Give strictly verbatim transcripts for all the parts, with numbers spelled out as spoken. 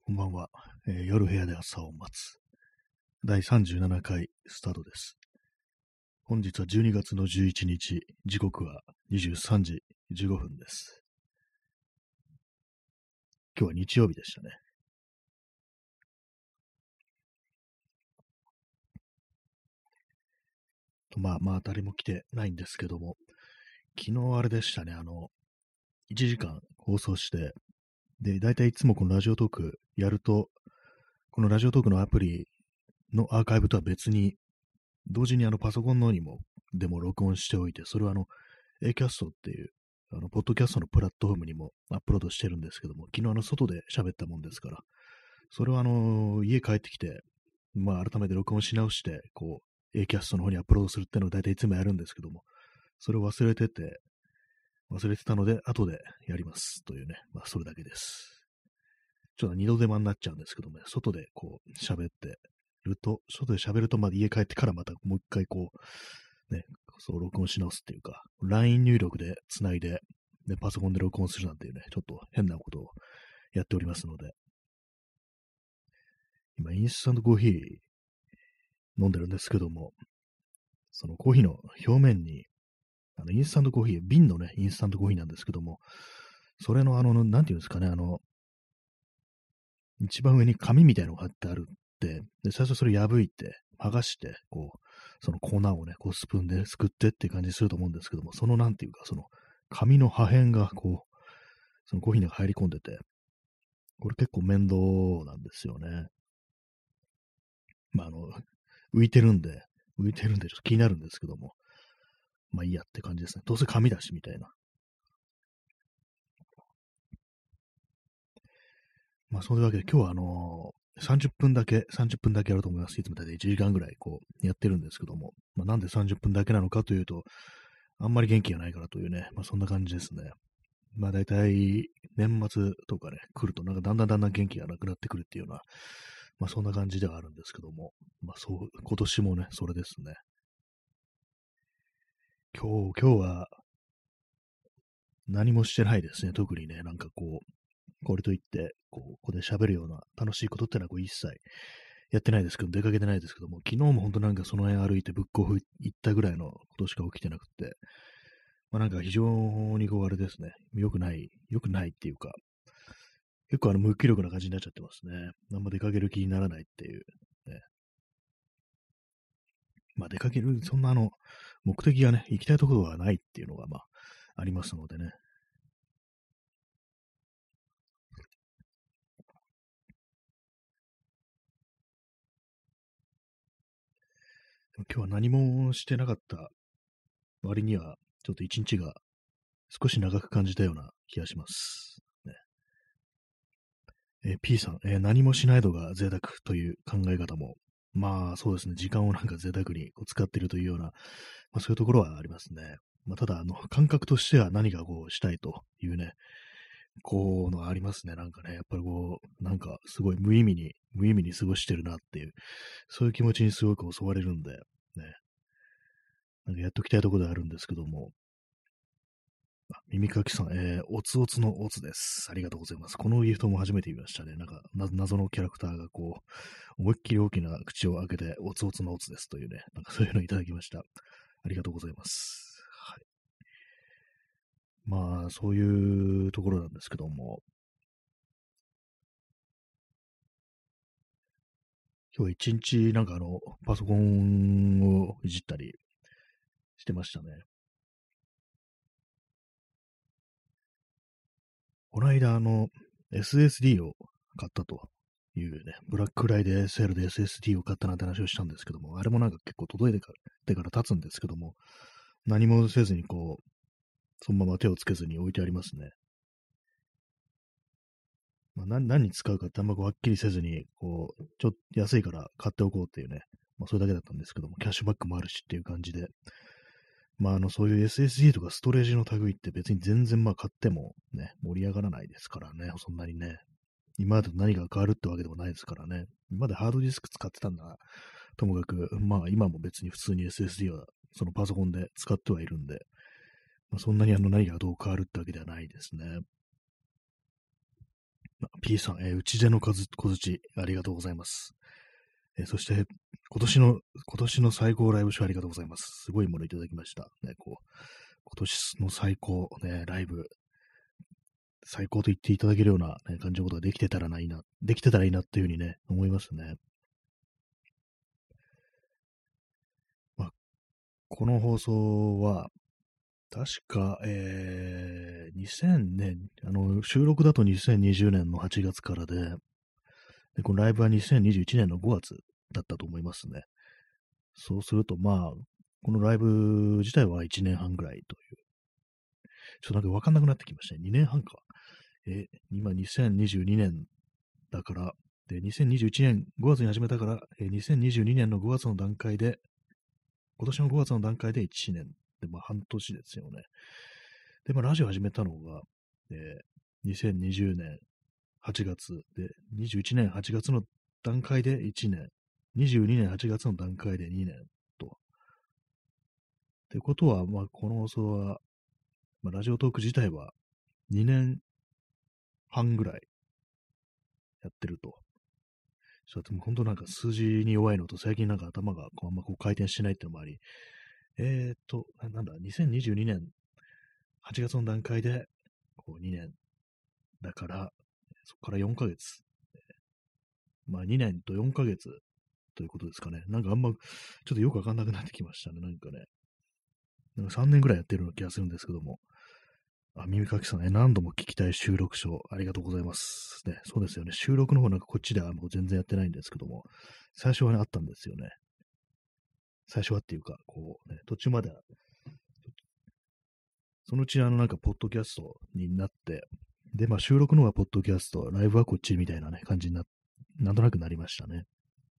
こんばんは、えー夜部屋で朝を待つ。だいさんじゅうななかいスタートです。本日はじゅうにがつのじゅういちにち、時刻はにじゅうさんじじゅうごふんです。今日は日曜日でしたね。とまあまあ誰も来てないんですけども、昨日あれでしたね、あの、いちじかん放送して、で、だいたいいつもこのラジオトークやると、このラジオトークのアプリのアーカイブとは別に、同時にあのパソコンの方にも、でも録音しておいて、それはあの、エーキャスト っていう、あの、ポッドキャストのプラットフォームにもアップロードしてるんですけども、昨日あの、外で喋ったもんですから、それはあの、家帰ってきて、まあ、改めて録音し直して、こう、エーキャスト の方にアップロードするっていうのを大体いつもやるんですけども、それを忘れてて、忘れてたので、後でやりますというね、まあ、それだけです。ちょっと二度手間になっちゃうんですけどもね、外でこう、喋ってると、外で喋ると、まあ、家帰ってからまたもう一回こう、ね、そう、録音し直すっていうか、ライン 入力で繋いで、で、パソコンで録音するなんていうね、ちょっと変なことをやっておりますので、今、インスタントコーヒー飲んでるんですけども、そのコーヒーの表面に、あの、インスタントコーヒー、瓶のね、インスタントコーヒーなんですけども、それのあの、なんていうんですかね、あの、一番上に紙みたいなのが貼ってあるって、で、最初それ破いて、剥がして、こう、その粉をね、こうスプーンですくってっていう感じすると思うんですけども、そのなんていうか、その紙の破片がこう、そのコーヒーに入り込んでて、これ結構面倒なんですよね。まあ、あの、浮いてるんで、浮いてるんでちょっと気になるんですけども、まあいいやって感じですね。どうせ紙だしみたいな。まあそういうわけで今日はあのー、さんじゅっぷんだけ、さんじゅっぷんだけやると思います。いつも大体いちじかんぐらいこうやってるんですけども、まあなんでさんじゅっぷんだけなのかというと、あんまり元気がないからというね、まあそんな感じですね。まあ大体年末とかね、来るとなんかだんだんだんだん元気がなくなってくるっていうような、まあそんな感じではあるんですけども、まあそう、今年もね、それですね。今日、今日は何もしてないですね。特にね、なんかこう、これといって、こう、ここで喋るような楽しいことってのはこう一切やってないですけど、出かけてないですけども、昨日も本当なんかその辺歩いてブックオフ行ったぐらいのことしか起きてなくて、まあなんか非常にこうあれですね、良くない、良くないっていうか、結構あの無気力な感じになっちゃってますね。あんま出かける気にならないっていう。ね、まあ出かける、そんなあの、目的がね、行きたいところがないっていうのがまあありますのでね。今日は何もしてなかった割には、ちょっと一日が少し長く感じたような気がします。ねえー P さん、えー何もしないのが贅沢という考え方も、まあそうですね、時間をなんか贅沢にこう使っているというような、まあ、そういうところはありますね。まあ、ただ、あの、感覚としては何かこうしたいというね、こうのがありますね。なんかね、やっぱりこう、なんかすごい無意味に、無意味に過ごしてるなっていう、そういう気持ちにすごく襲われるんで、ね、なんかやっときたいところであるんですけども、あ耳かきさん、えー、おつおつのおつです。ありがとうございます。このギフトも初めて見ましたね。なんか、な謎のキャラクターがこう、思いっきり大きな口を開けて、おつおつのおつですというね、なんかそういうのをいただきました。ありがとうございます。はい。まあ、そういうところなんですけども、今日一日なんかあの、パソコンをいじったりしてましたね。この間あの、エスエスディー を買ったというね、ブラックフライデーセールで エスエスディー を買ったなんて話をしたんですけども、あれもなんか結構届いてからから経つんですけども、何もせずにこう、そのまま手をつけずに置いてありますね。まあ、何何に使うかってあんまこうはっきりせずに、こう、ちょっと安いから買っておこうっていうね、まあそれだけだったんですけども、キャッシュバックもあるしっていう感じで、まああのそういう エスエスディー とかストレージの類って別に全然まあ買ってもね、盛り上がらないですからね、そんなにね。今までと何が変わるってわけでもないですからね。今までハードディスク使ってたんだ。ともかく、まあ今も別に普通に エスエスディー はそのパソコンで使ってはいるんで、まあ、そんなにあの何がどう変わるってわけではないですね。 P さん、えー、内出の小槌、ありがとうございます。えー、そして、今年の、今年の最高ライブショーありがとうございます。すごいものいただきました。ね、こう、今年の最高、ね、ライブ、最高と言っていただけるような、ね、感じのことができてたらないな、できてたらいいなっていうふうにね、思いますね。まあ、この放送は、確か、えー、にせんねん、あの、収録だとにせんにじゅうねんのはちがつからで、で、このライブはにせんにじゅういちねんのごがつだったと思いますね。そうすると、まあ、このライブ自体はいちねんはんぐらいという。ちょっとなんかわかんなくなってきましたね。にねんはんか。え、今にせんにじゅうにねんだから、で、にせんにじゅういちねんごがつに始めたから、えー、にせんにじゅうにねんのごがつの段階で、今年のごがつの段階でいちねんで、まあ半年ですよね。で、まあラジオ始めたのが、えー、にせんにじゅうねんはちがつで、にじゅういちねんはちがつの段階でいちねん、にじゅうにねんはちがつの段階でにねんと。ってことは、まあこの放送は、まあ、ラジオトーク自体はにねんはんぐらいやってると。ちょっと本当なんか数字に弱いのと、最近なんか頭がこうあんまこう回転してないっていうのもあり、えーっと、ななんだ、にせんにじゅうにねんはちがつの段階で、こうにねんだから、そこからよんかげつ。まあにねんとよんかげつということですかね。なんかあんま、ちょっとよくわかんなくなってきましたね。なんかね。なんかさんねんぐらいやってるような気がするんですけども。あ、耳かきさんね、何度も聞きたい収録書、ありがとうございます。ね、そうですよね。収録の方なんかこっちではもう全然やってないんですけども、最初はね、あったんですよね。最初はっていうか、こうね、途中までは、そのうちあのなんか、ポッドキャストになって、で、まあ収録のはポッドキャスト、ライブはこっちみたいなね、感じにな、なんとなくなりましたね。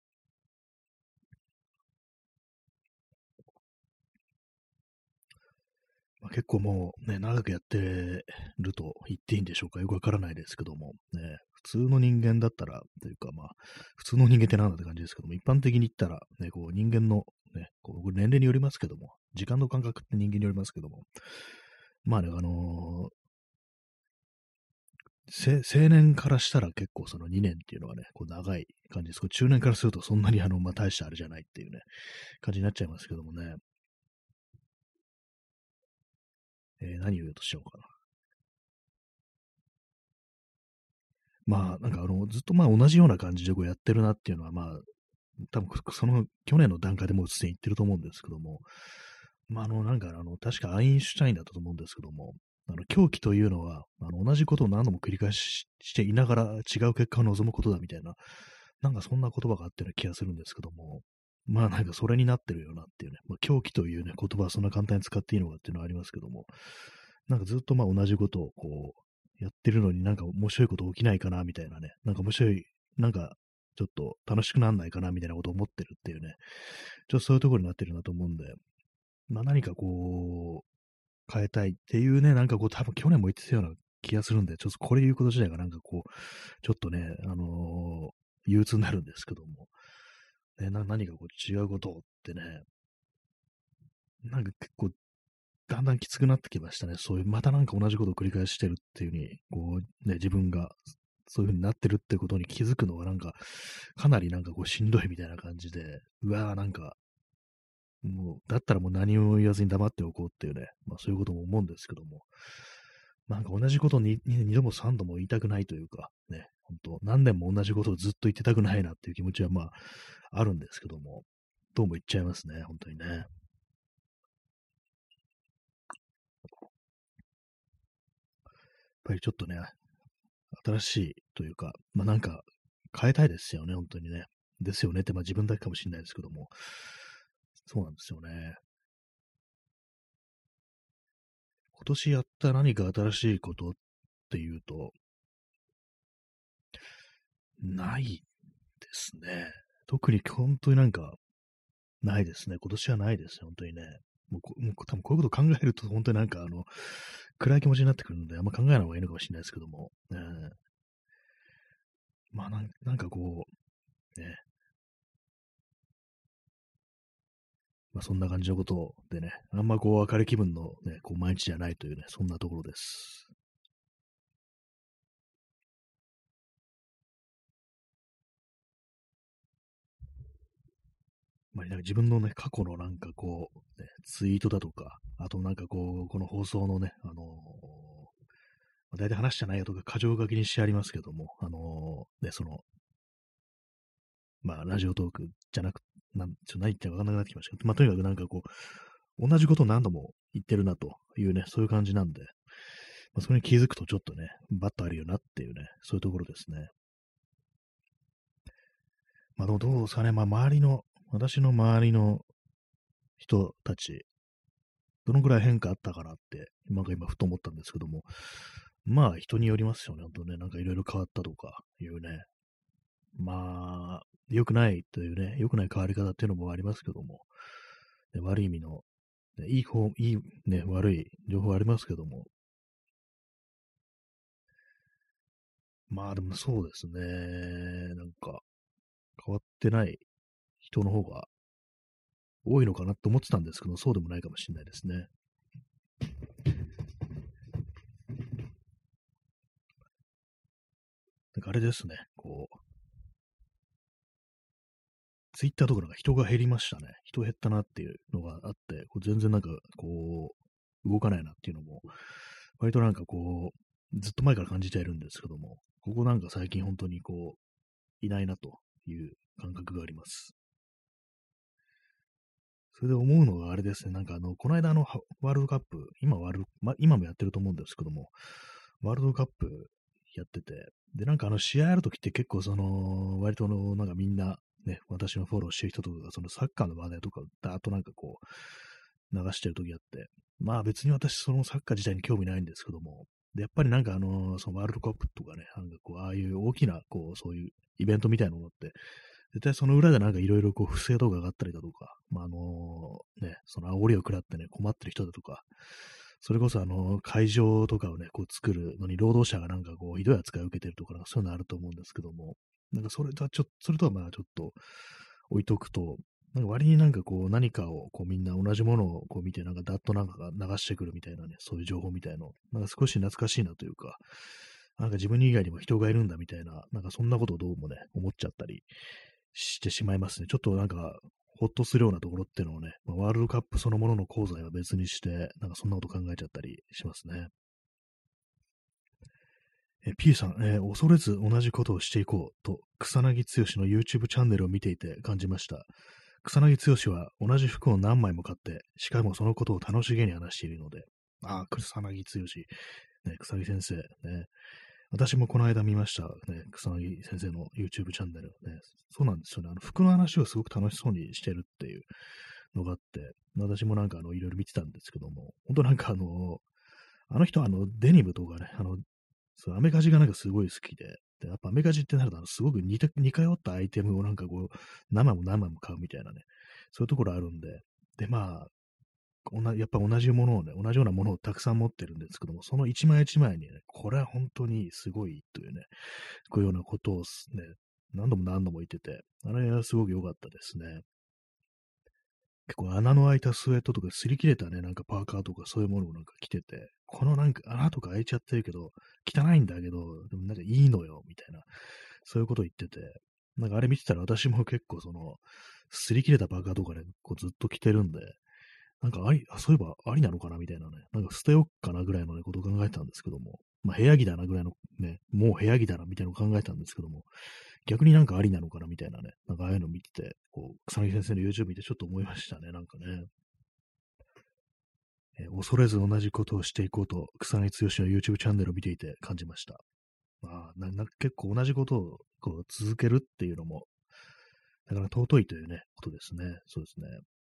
まあ、結構もうね、長くやってると言っていいんでしょうか。よくわからないですけども、ね、普通の人間だったら、というかまあ、普通の人間ってなんだって感じですけども、一般的に言ったら、ね、こう人間の、ね、こう年齢によりますけども、時間の感覚って人間によりますけども、まあね、あのー、青年からしたら結構そのにねんっていうのはね、こう長い感じです。こう中年からするとそんなにあの、まあ大したあれじゃないっていうね、感じになっちゃいますけどもね、えー何を言おうとしようかな。まあ、なんかあの、ずっとまあ同じような感じでこうやってるなっていうのは、まあ、多分その去年の段階でもうすでに言ってると思うんですけども、まあ、あの、なんかあの、確かアインシュタインだったと思うんですけども、あの、狂気というのは、あの、同じことを何度も繰り返ししていながら違う結果を望むことだみたいな、なんかそんな言葉があったような気がするんですけども、まあなんかそれになってるよなっていうね、まあ、狂気というね、言葉はそんな簡単に使っていいのかっていうのはありますけども、なんかずっとまあ同じことをこう、やってるのになんか面白いこと起きないかなみたいなね、なんか面白い、なんかちょっと楽しくなんないかなみたいなことを思ってるっていうね、ちょっとそういうところになってるなと思うんで、まあ何かこう、変えたいっていうね、なんかこう多分去年も言ってたような気がするんで、ちょっとこれ言うこと自体がなんかこう、ちょっとね、あのー憂鬱になるんですけども、ね、な何かこう違うことってね、なんか結構だんだんきつくなってきましたね。そういう、またなんか同じことを繰り返してるっていう風に、こう、ね、自分がそういう風になってるってことに気づくのがなんか、かなりなんかこうしんどいみたいな感じで、うわーなんか、もう、だったらもう何も言わずに黙っておこうっていうね、まあそういうことも思うんですけども、なんか同じことをににどもさんども言いたくないというか、ね、本当何年も同じことをずっと言ってたくないなっていう気持ちはまあ、あるんですけども、どうも言っちゃいますね、本当にね。やっぱりちょっとね、新しいというか、まあなんか変えたいですよね、本当にね。ですよねって、まあ自分だけかもしれないですけども、そうなんですよね。今年やった何か新しいことっていうと、ないですね。特に本当になんか、ないですね。今年はないですね、本当にね。もうこ、もう多分こういうこと考えると、本当になんかあの、暗い気持ちになってくるので、あんま考えない方がいいのかもしれないですけども、ね、まあなんなんかこう、ね、まあそんな感じのことでね、あんまこう明るい気分のね、こう毎日じゃないというね、そんなところです。 まあ、なんか自分のね、過去のなんかこう、ね、ツイートだとか、あとなんかこう、この放送のね、あのーまあ、大体話してないよとか、箇条書きにしてありますけども、あのーね、その、まあ、ラジオトークじゃなく、なん、ちょっと何言ってるかわかんなくなってきましたけど、まあ、とにかくなんかこう、同じことを何度も言ってるなというね、そういう感じなんで、まあ、それに気づくとちょっとね、バッとあるよなっていうね、そういうところですね。まあ、でもどうですかね、まあ、周りの、私の周りの人たち、どのくらい変化あったかなって、なんか今ふと思ったんですけども、まあ人によりますよね、ほんとね、なんかいろいろ変わったとかいうね、まあ、良くないというね、良くない変わり方っていうのもありますけども、ね、悪い意味の、ね、いい方、いい、ね、悪い両方ありますけども、まあでもそうですね、なんか変わってない人の方が多いのかなって思ってたんですけど、そうでもないかもしれないですね。なんかあれですね、こう、ツイッターとかなんか人が減りましたね。人減ったなっていうのがあって、こう全然なんかこう、動かないなっていうのも、割となんかこう、ずっと前から感じているんですけども、ここなんか最近本当にこう、いないなという感覚があります。それで思うのがあれですね、なんかあの、この間あの、はワールドカップ、今ワールド、ま、今もやってると思うんですけども、ワールドカップやってて、で、なんかあの、試合あるときって結構その、割とあの、なんかみんな、ね、私のフォローしてる人とかが、そのサッカーの話題とかをだーっとなんかこう、流してるときあって、まあ別に私そのサッカー自体に興味ないんですけども、で、やっぱりなんかあの、そのワールドカップとかね、なんかこう、ああいう大きな、こう、そういうイベントみたいなものって、絶対その裏でなんかいろいろこう不正動画があったりだとか、まあ、あのね、その煽りを食らってね、困ってる人だとか、それこそあの、会場とかをね、こう作るのに労働者がなんかこう、ひどい扱いを受けてるとか、なんかそういうのあると思うんですけども、なんかそれとはちょっと、それとはまあちょっと置いとくと、なんか割になんかこう何かをこうみんな同じものをこう見てなんかダッとなんか流してくるみたいなね、そういう情報みたいの、なんか少し懐かしいなというか、なんか自分以外にも人がいるんだみたいな、なんかそんなことをどうもね、思っちゃったりしてしまいますね。ちょっとなんか、ほっとするようなところっていうのをね、まあ、ワールドカップそのものの功罪は別にして、なんかそんなこと考えちゃったりしますね。え、P さん、えー恐れず同じことをしていこうと、草薙剛の YouTube チャンネルを見ていて感じました。草薙剛は同じ服を何枚も買って、しかもそのことを楽しげに話しているので、ああ、草薙剛、ね、草薙先生、ね、私もこの間見ました、ね、草薙先生の YouTube チャンネル、ね。そうなんですよね。あの服の話をすごく楽しそうにしてるっていうのがあって、私もなんかあの、いろいろ見てたんですけども、本当なんかあの、あの人はあの、デニムとかね、あの、そうアメカジがなんかすごい好きで、で、やっぱアメカジってなると、あのすごく似て似通ったアイテムをなんかこう、何枚も何枚も買うみたいなね、そういうところあるんで、で、まあ、おなやっぱ同じものをね、同じようなものをたくさん持ってるんですけども、その一枚一枚にね、これは本当にすごいというね、こういうようなことをすね、何度も何度も言ってて、あれはすごく良かったですね。結構穴の開いたスウェットとか、擦り切れたね、なんかパーカーとかそういうものをなんか着てて、このなんか穴とか開いちゃってるけど、汚いんだけど、でもなんかいいのよ、みたいな、そういうことを言ってて、なんかあれ見てたら私も結構その、擦り切れたパーカーとかね、こうずっと着てるんで、なんかあり、あ、そういえばありなのかなみたいなね、なんか捨てよっかなぐらいのね、ことを考えてたんですけども、まあ部屋着だなぐらいのね、もう部屋着だなみたいなのを考えたんですけども、逆になんかありなのかなみたいなね、なんかああいうの見てて、こう、草薙先生の YouTube 見てちょっと思いましたね、なんかね。えー恐れず同じことをしていこうと、草薙剛の YouTube チャンネルを見ていて感じました。まあ、なな結構同じことをこう続けるっていうのも、だから尊いというね、ことですね。そうですね。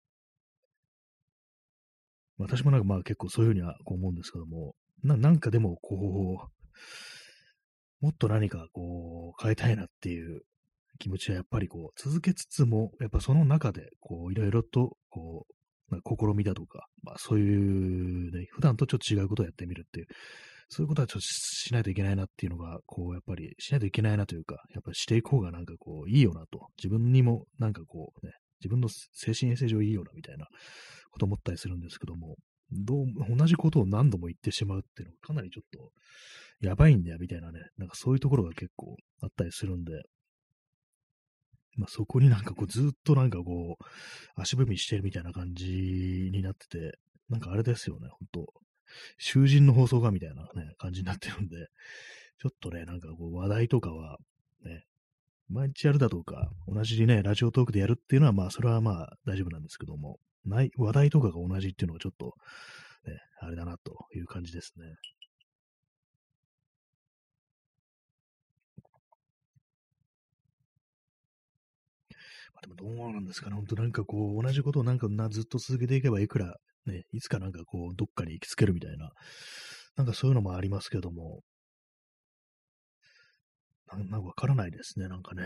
私もなんかまあ結構そういうふうにはこう思うんですけども、ななんかでもこう、もっと何かこう変えたいなっていう気持ちはやっぱりこう続けつつも、やっぱその中でこういろいろとこう、まあ、試みだとか、まあそういうね、普段とちょっと違うことをやってみるっていう、そういうことはちょっとしないといけないなっていうのが、こうやっぱりしないといけないなというか、やっぱりしていこうがなんかこういいよなと、自分にもなんかこうね、自分の精神衛生上いいよなみたいなこと思ったりするんですけども、どう、同じことを何度も言ってしまうっていうのはかなりちょっとやばいんだよみたいなね、なんかそういうところが結構あったりするんで、 まあ、そこになんかこうずっとなんかこう、足踏みしてるみたいな感じになってて、なんかあれですよね、ほんと。囚人の放送がみたいなね、感じになってるんで、ちょっとね、なんかこう話題とかは、ね、毎日やるだとか、同じね、ラジオトークでやるっていうのは、まあ、それはまあ大丈夫なんですけども、ない、話題とかが同じっていうのはちょっと、ね、あれだなという感じですね。まあ、でもどうなんですかね、本当なんかこう、同じことをなんかなずっと続けていけばいくら、ね、いつかなんかこう、どっかに行きつけるみたいな、なんかそういうのもありますけども、なんなんかわからないですね、なんかね。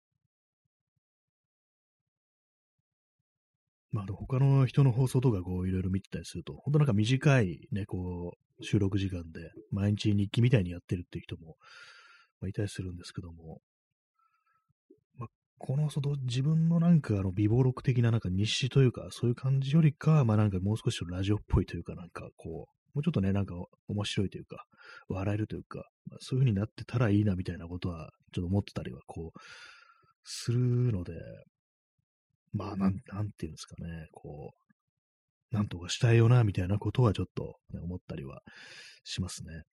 まあ、あの他の人の放送とかこう、いろいろ見てたりすると、本当なんか短いね、こう、収録時間で、毎日日記みたいにやってるっていう人も、まあ、いたりするんですけども、まあ、この、その、自分のなんか、あの、美貌録的ななんか日誌というか、そういう感じよりかは、まあなんかもう少しラジオっぽいというか、なんかこう、もうちょっとね、なんか面白いというか、笑えるというか、まあ、そういう風になってたらいいなみたいなことは、ちょっと思ってたりは、こう、するので、まあ、なん、なんていうんですかね、こう、なんとかしたいよな、みたいなことはちょっと、ね、思ったりはしますね。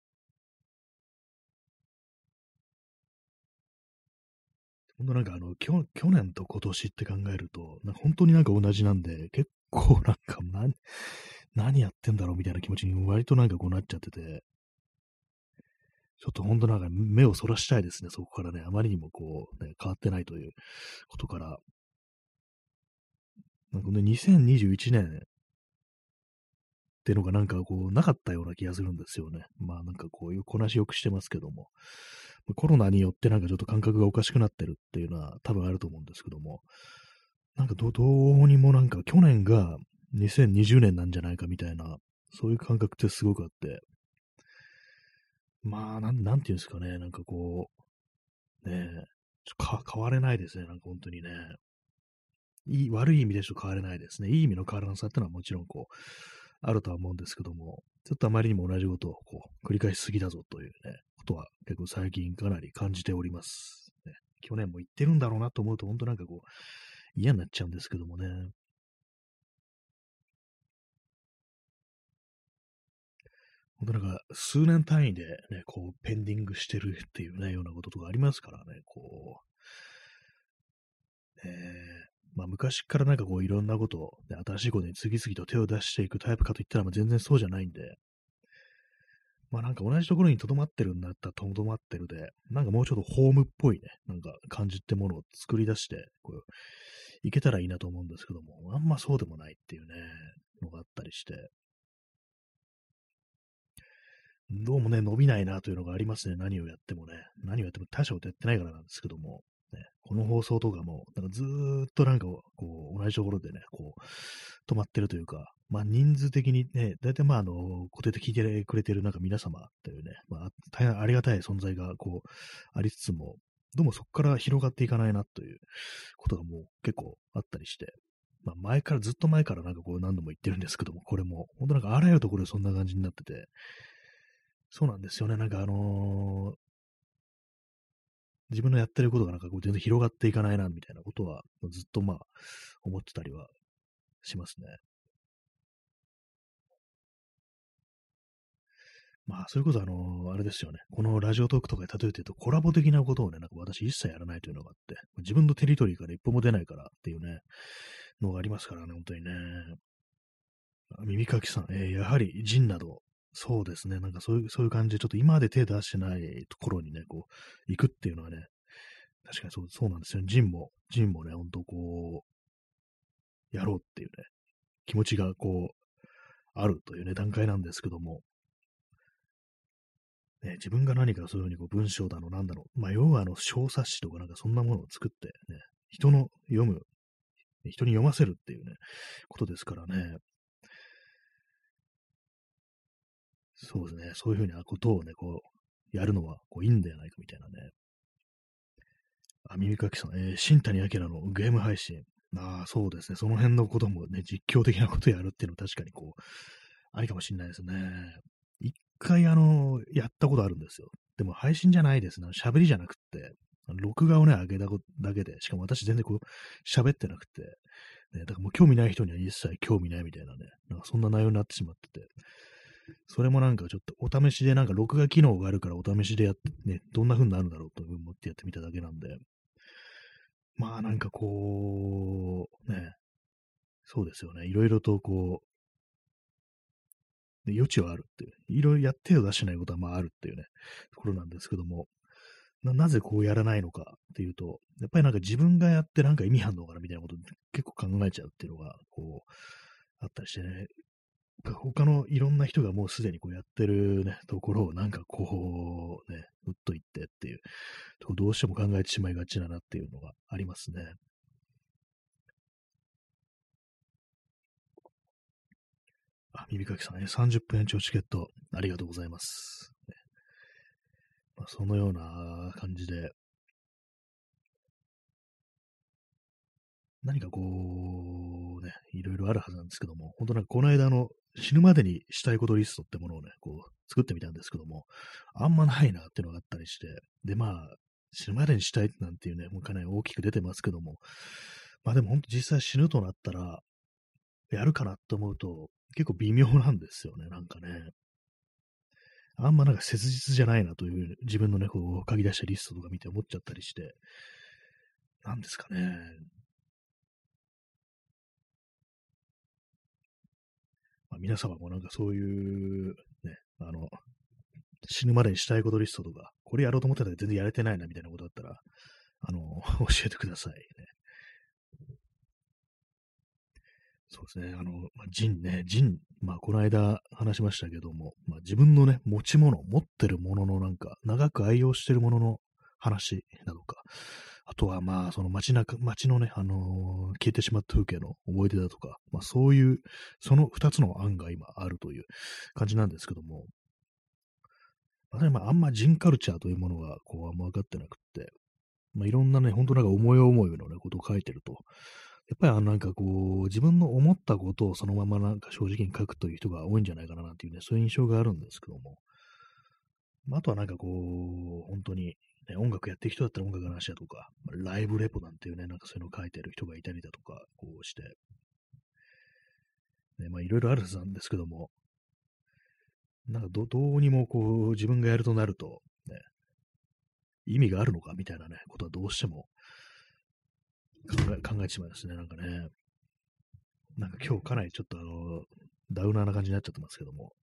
ほんとなんかあの、きょ去年と今年って考えると、なんか本当になんか同じなんで、結構なんか、な何やってんだろうみたいな気持ちに割となんかこうなっちゃってて、ちょっとほんとなんか目をそらしたいですね、そこからね。あまりにもこう、ね、変わってないということから。なんかね、にせんにじゅういちねんっていうのがなんかこう、なかったような気がするんですよね。まあなんかこういうこなしよくしてますけども。コロナによってなんかちょっと感覚がおかしくなってるっていうのは多分あると思うんですけども。なんかどどうにもなんか去年がにせんにじゅうねんなんじゃないかみたいな、そういう感覚ってすごくあって、まあ、なん、なんていうんですかね、なんかこう、ねえ、ちょか変われないですね、なんか本当にね。いい、悪い意味でちょっと変われないですね。いい意味の変わらなさってのはもちろんこう、あるとは思うんですけども、ちょっとあまりにも同じことをこう、繰り返しすぎだぞというね、ことは結構最近かなり感じております。ね、去年も言ってるんだろうなと思うと、本当なんかこう、嫌になっちゃうんですけどもね。本当なんか、数年単位でね、こう、ペンディングしてるっていうね、ようなこととかありますからね、こう、えーまあ昔からなんかこういろんなことを、ね、新しいことに次々と手を出していくタイプかといったら、まあ、全然そうじゃないんで、まあなんか同じところに留まってるんだったら留まってるで、なんかもうちょっとホームっぽいね、なんか感じってものを作り出して、こう、いけたらいいなと思うんですけども、あんまそうでもないっていうね、のがあったりして、どうもね、伸びないなというのがありますね。何をやってもね。何をやっても他者をやってないからなんですけども、ね、この放送とかも、なんかずーっとなんかこう、同じところでね、こう、止まってるというか、まあ人数的にね、大体まああの、固定で聞いてくれてるなんか皆様というね、まあ大変ありがたい存在がこう、ありつつも、どうもそこから広がっていかないなということがもう結構あったりして、まあ前からずっと前からなんかこう何度も言ってるんですけども、これも、本当なんかあらゆるところでそんな感じになってて、そうなんですよね。なんかあのー自分のやってることがなんかこう全然広がっていかないな、みたいなことは、ずっとまあ、思ってたりはしますね。まあ、それこそあのーあれですよね。このラジオトークとかで例えて言うと、コラボ的なことをね、なんか私一切やらないというのがあって、自分のテリトリーから一歩も出ないからっていうね、のがありますからね、本当にね。あ耳かきさん、えーやはりジンなど、そうですね、なんかそういう、そういう感じで、ちょっと今まで手出してないところにね、こう、行くっていうのはね、確かにそう、そうなんですよね。ジンも、ジンもね、ほんとこう、やろうっていうね、気持ちがこう、あるというね、段階なんですけども、ね、自分が何かそういうふうにこう文章だの、なんだろう、まあ、要はあの、小冊子とかなんかそんなものを作ってね、人の読む、人に読ませるっていうね、ことですからね、そうですね、そういうふうなことをね、こう、やるのはこういいんではないかみたいなね。あ、耳かきさん、えー、新谷明のゲーム配信。ああ、そうですね、その辺のこともね、実況的なことやるっていうのは確かにこう、ありかもしれないですね。一回あの、やったことあるんですよ。でも配信じゃないですね。喋りじゃなくって、 録画をね、上げただけで、しかも私全然こう、喋ってなくて、ね、だからもう興味ない人には一切興味ないみたいなね、なんかそんな内容になってしまってて、それもなんかちょっとお試しでなんか録画機能があるからお試しでやって、ね、どんな風になるんだろうと思ってやってみただけなんで、まあなんかこう、ね、そうですよね、いろいろとこう、余地はあるっていう、いろいろや手を出しないことはまああるっていうね、ところなんですけども、な、なぜこうやらないのかっていうと、やっぱりなんか自分がやってなんか意味あるのかなみたいなこと結構考えちゃうっていうのが、こう、あったりしてね、他のいろんな人がもうすでにこうやってるね、ところをなんかこうね、打っといてっていう、とどうしても考えてしまいがちだなっていうのがありますね。あ、耳かきさんね、さんじゅっぷん延長チケットありがとうございます。ね、まあ、そのような感じで、何かこう、ね、いろいろあるはずなんですけども、本当なんかこの間の死ぬまでにしたいことリストってものをね、こう作ってみたんですけども、あんまないなっていうのがあったりして、で、まあ、死ぬまでにしたいなんていうね、もうかなり大きく出てますけども、まあでも本当実際死ぬとなったら、やるかなと思うと、結構微妙なんですよね、なんかね。あんまなんか切実じゃないなという自分のね、こう書き出したリストとか見て思っちゃったりして、なんですかね。まあ、皆様もなんかそういう、ね、あの、死ぬまでにしたいことリストとか、これやろうと思ってたら全然やれてないなみたいなことだったら、あの、教えてくださいね。そうですね。あの、まあ、ジンね、ジン、まあ、この間話しましたけども、まあ、自分のね、持ち物、持ってるもののなんか、長く愛用してるものの話なのか、あとはまあ、その街中、街のね、あのー消えてしまった風景の思い出だとか、まあそういう、その二つの案が今あるという感じなんですけども、まあ、まあ、あんま人カルチャーというものが、こう、あんま分かってなくって、まあ、いろんなね、本当なんか思い思いのね、ことを書いてると、やっぱりあのなんかこう、自分の思ったことをそのままなんか正直に書くという人が多いんじゃないかななんていうね、そういう印象があるんですけども、まあ、あとはなんかこう、本当に、ね、音楽やってる人だったら音楽の話だとか、まあライブレポなんていうね、なんかそういうのを書いてる人がいたりだとか、こうして、ね、まあいろいろあるはずなんですけども、なんかどどうにもこう、自分がやるとなると、ね、意味があるのかみたいなね、ことはどうしても考え考えてしまいますね、なんかね。なんか今日かなりちょっとあの、ダウナーな感じになっちゃってますけども、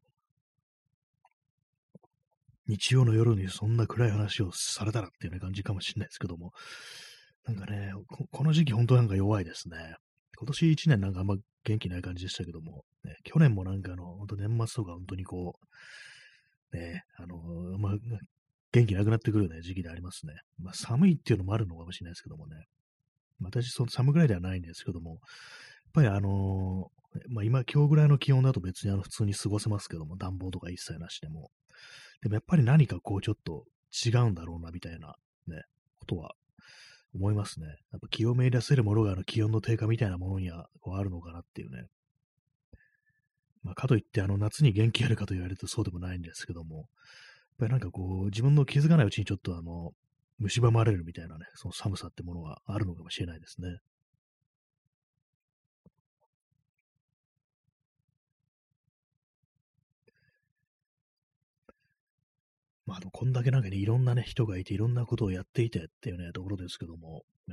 日曜の夜にそんな暗い話をされたらっていうね感じかもしれないですけども、なんかね、ここの時期本当なんか弱いですね。今年一年なんかあんま元気ない感じでしたけども、ね、去年もなんかあの、本当年末とか本当にこう、ね、あの、まあ、元気なくなってくるね時期でありますね。まあ寒いっていうのもあるのかもしれないですけどもね。私、その寒ぐらいではないんですけども、やっぱりあのまあ今、今日ぐらいの気温だと別にあの普通に過ごせますけども、暖房とか一切なしでも。でもやっぱり何かこうちょっと違うんだろうなみたいなね、ことは思いますね。やっぱ気をめいらせるものがあの気温の低下みたいなものにはこうあるのかなっていうね。まあ、かといってあの夏に元気あるかと言われるとそうでもないんですけども、やっぱりなんかこう自分の気づかないうちにちょっとあの、蝕まれるみたいなね、その寒さってものはあるのかもしれないですね。まあでもこんだけなんかね、いろんなね、人がいていろんなことをやっていてっていうね、ところですけども、ね、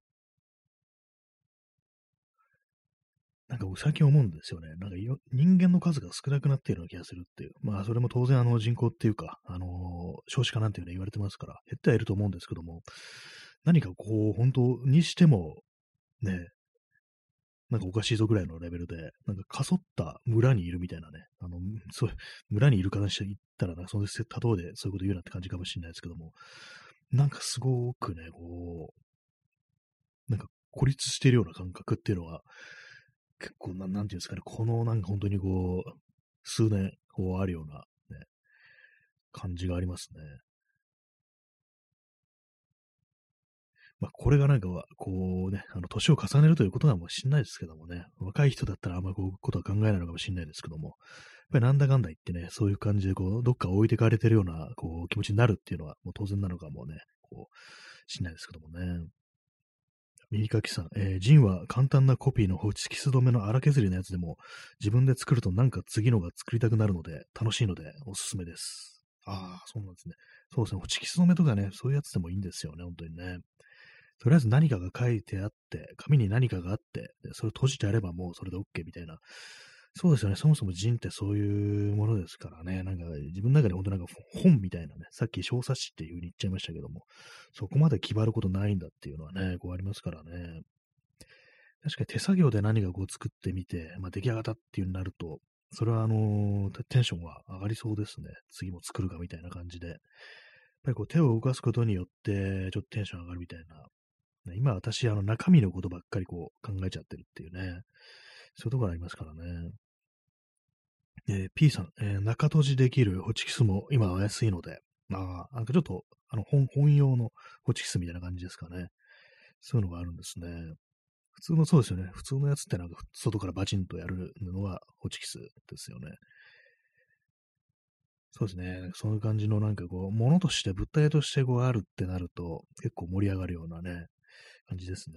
なんか僕最近思うんですよね。なんかよ人間の数が少なくなっているような気がするっていう。まあそれも当然あの人口っていうか、あのー少子化なんていうね言われてますから、減ってはいると思うんですけども、何かこう、本当にしても、ね、なんかおかしいぞぐらいのレベルで、なんかかそった村にいるみたいなね、あの、そう、村にいる形で言ったら、なんかその例えでそういうこと言うなって感じかもしれないですけども、なんかすごくね、こう、なんか孤立しているような感覚っていうのは、結構な、なんていうんですかね、このなんか本当にこう、数年、こうあるような、ね、感じがありますね。まあ、これがなんかは、こうね、あの、年を重ねるということなのかもしれないですけどもね、若い人だったらあんまこういうことは考えないのかもしれないですけども、やっぱりなんだかんだ言ってね、そういう感じで、こう、どっか置いてかれてるような、こう、気持ちになるっていうのは、もう当然なのかもね、 こう、しんないですけどもね。右かきさん、えージンは簡単なコピーのホチキス止めの荒削りのやつでも、自分で作るとなんか次のが作りたくなるので、楽しいのでおすすめです。ああ、そうなんですね。そうですね。ホチキス止めとかね、そういうやつでもいいんですよね、本当にね。とりあえず何かが書いてあって、紙に何かがあって、でそれを閉じてあればもうそれで OK みたいな。そうですよね。そもそもジンってそういうものですからね。なんか自分の中で本当なんか本みたいなね、さっき小冊子っていう風に言っちゃいましたけども、そこまで決まることないんだっていうのはね、こうありますからね。確かに手作業で何かこう作ってみて、まあ、出来上がったっていうになると、それはあのーテンションは上がりそうですね。次も作るかみたいな感じで。やっぱりこう手を動かすことによって、ちょっとテンション上がるみたいな。ね今私、あの中身のことばっかりこう考えちゃってるっていうね。そういうところありますからね。えー P さん、えー中閉じできるホチキスも今は安いので、ああ、なんかちょっと、あの本、本用のホチキスみたいな感じですかね。そういうのがあるんですね。普通のそうですよね。普通のやつってなんか外からバチンとやるのはホチキスですよね。そうですね。そういう感じのなんかこう、ものとして、物体としてこうあるってなると、結構盛り上がるようなね、感じですね。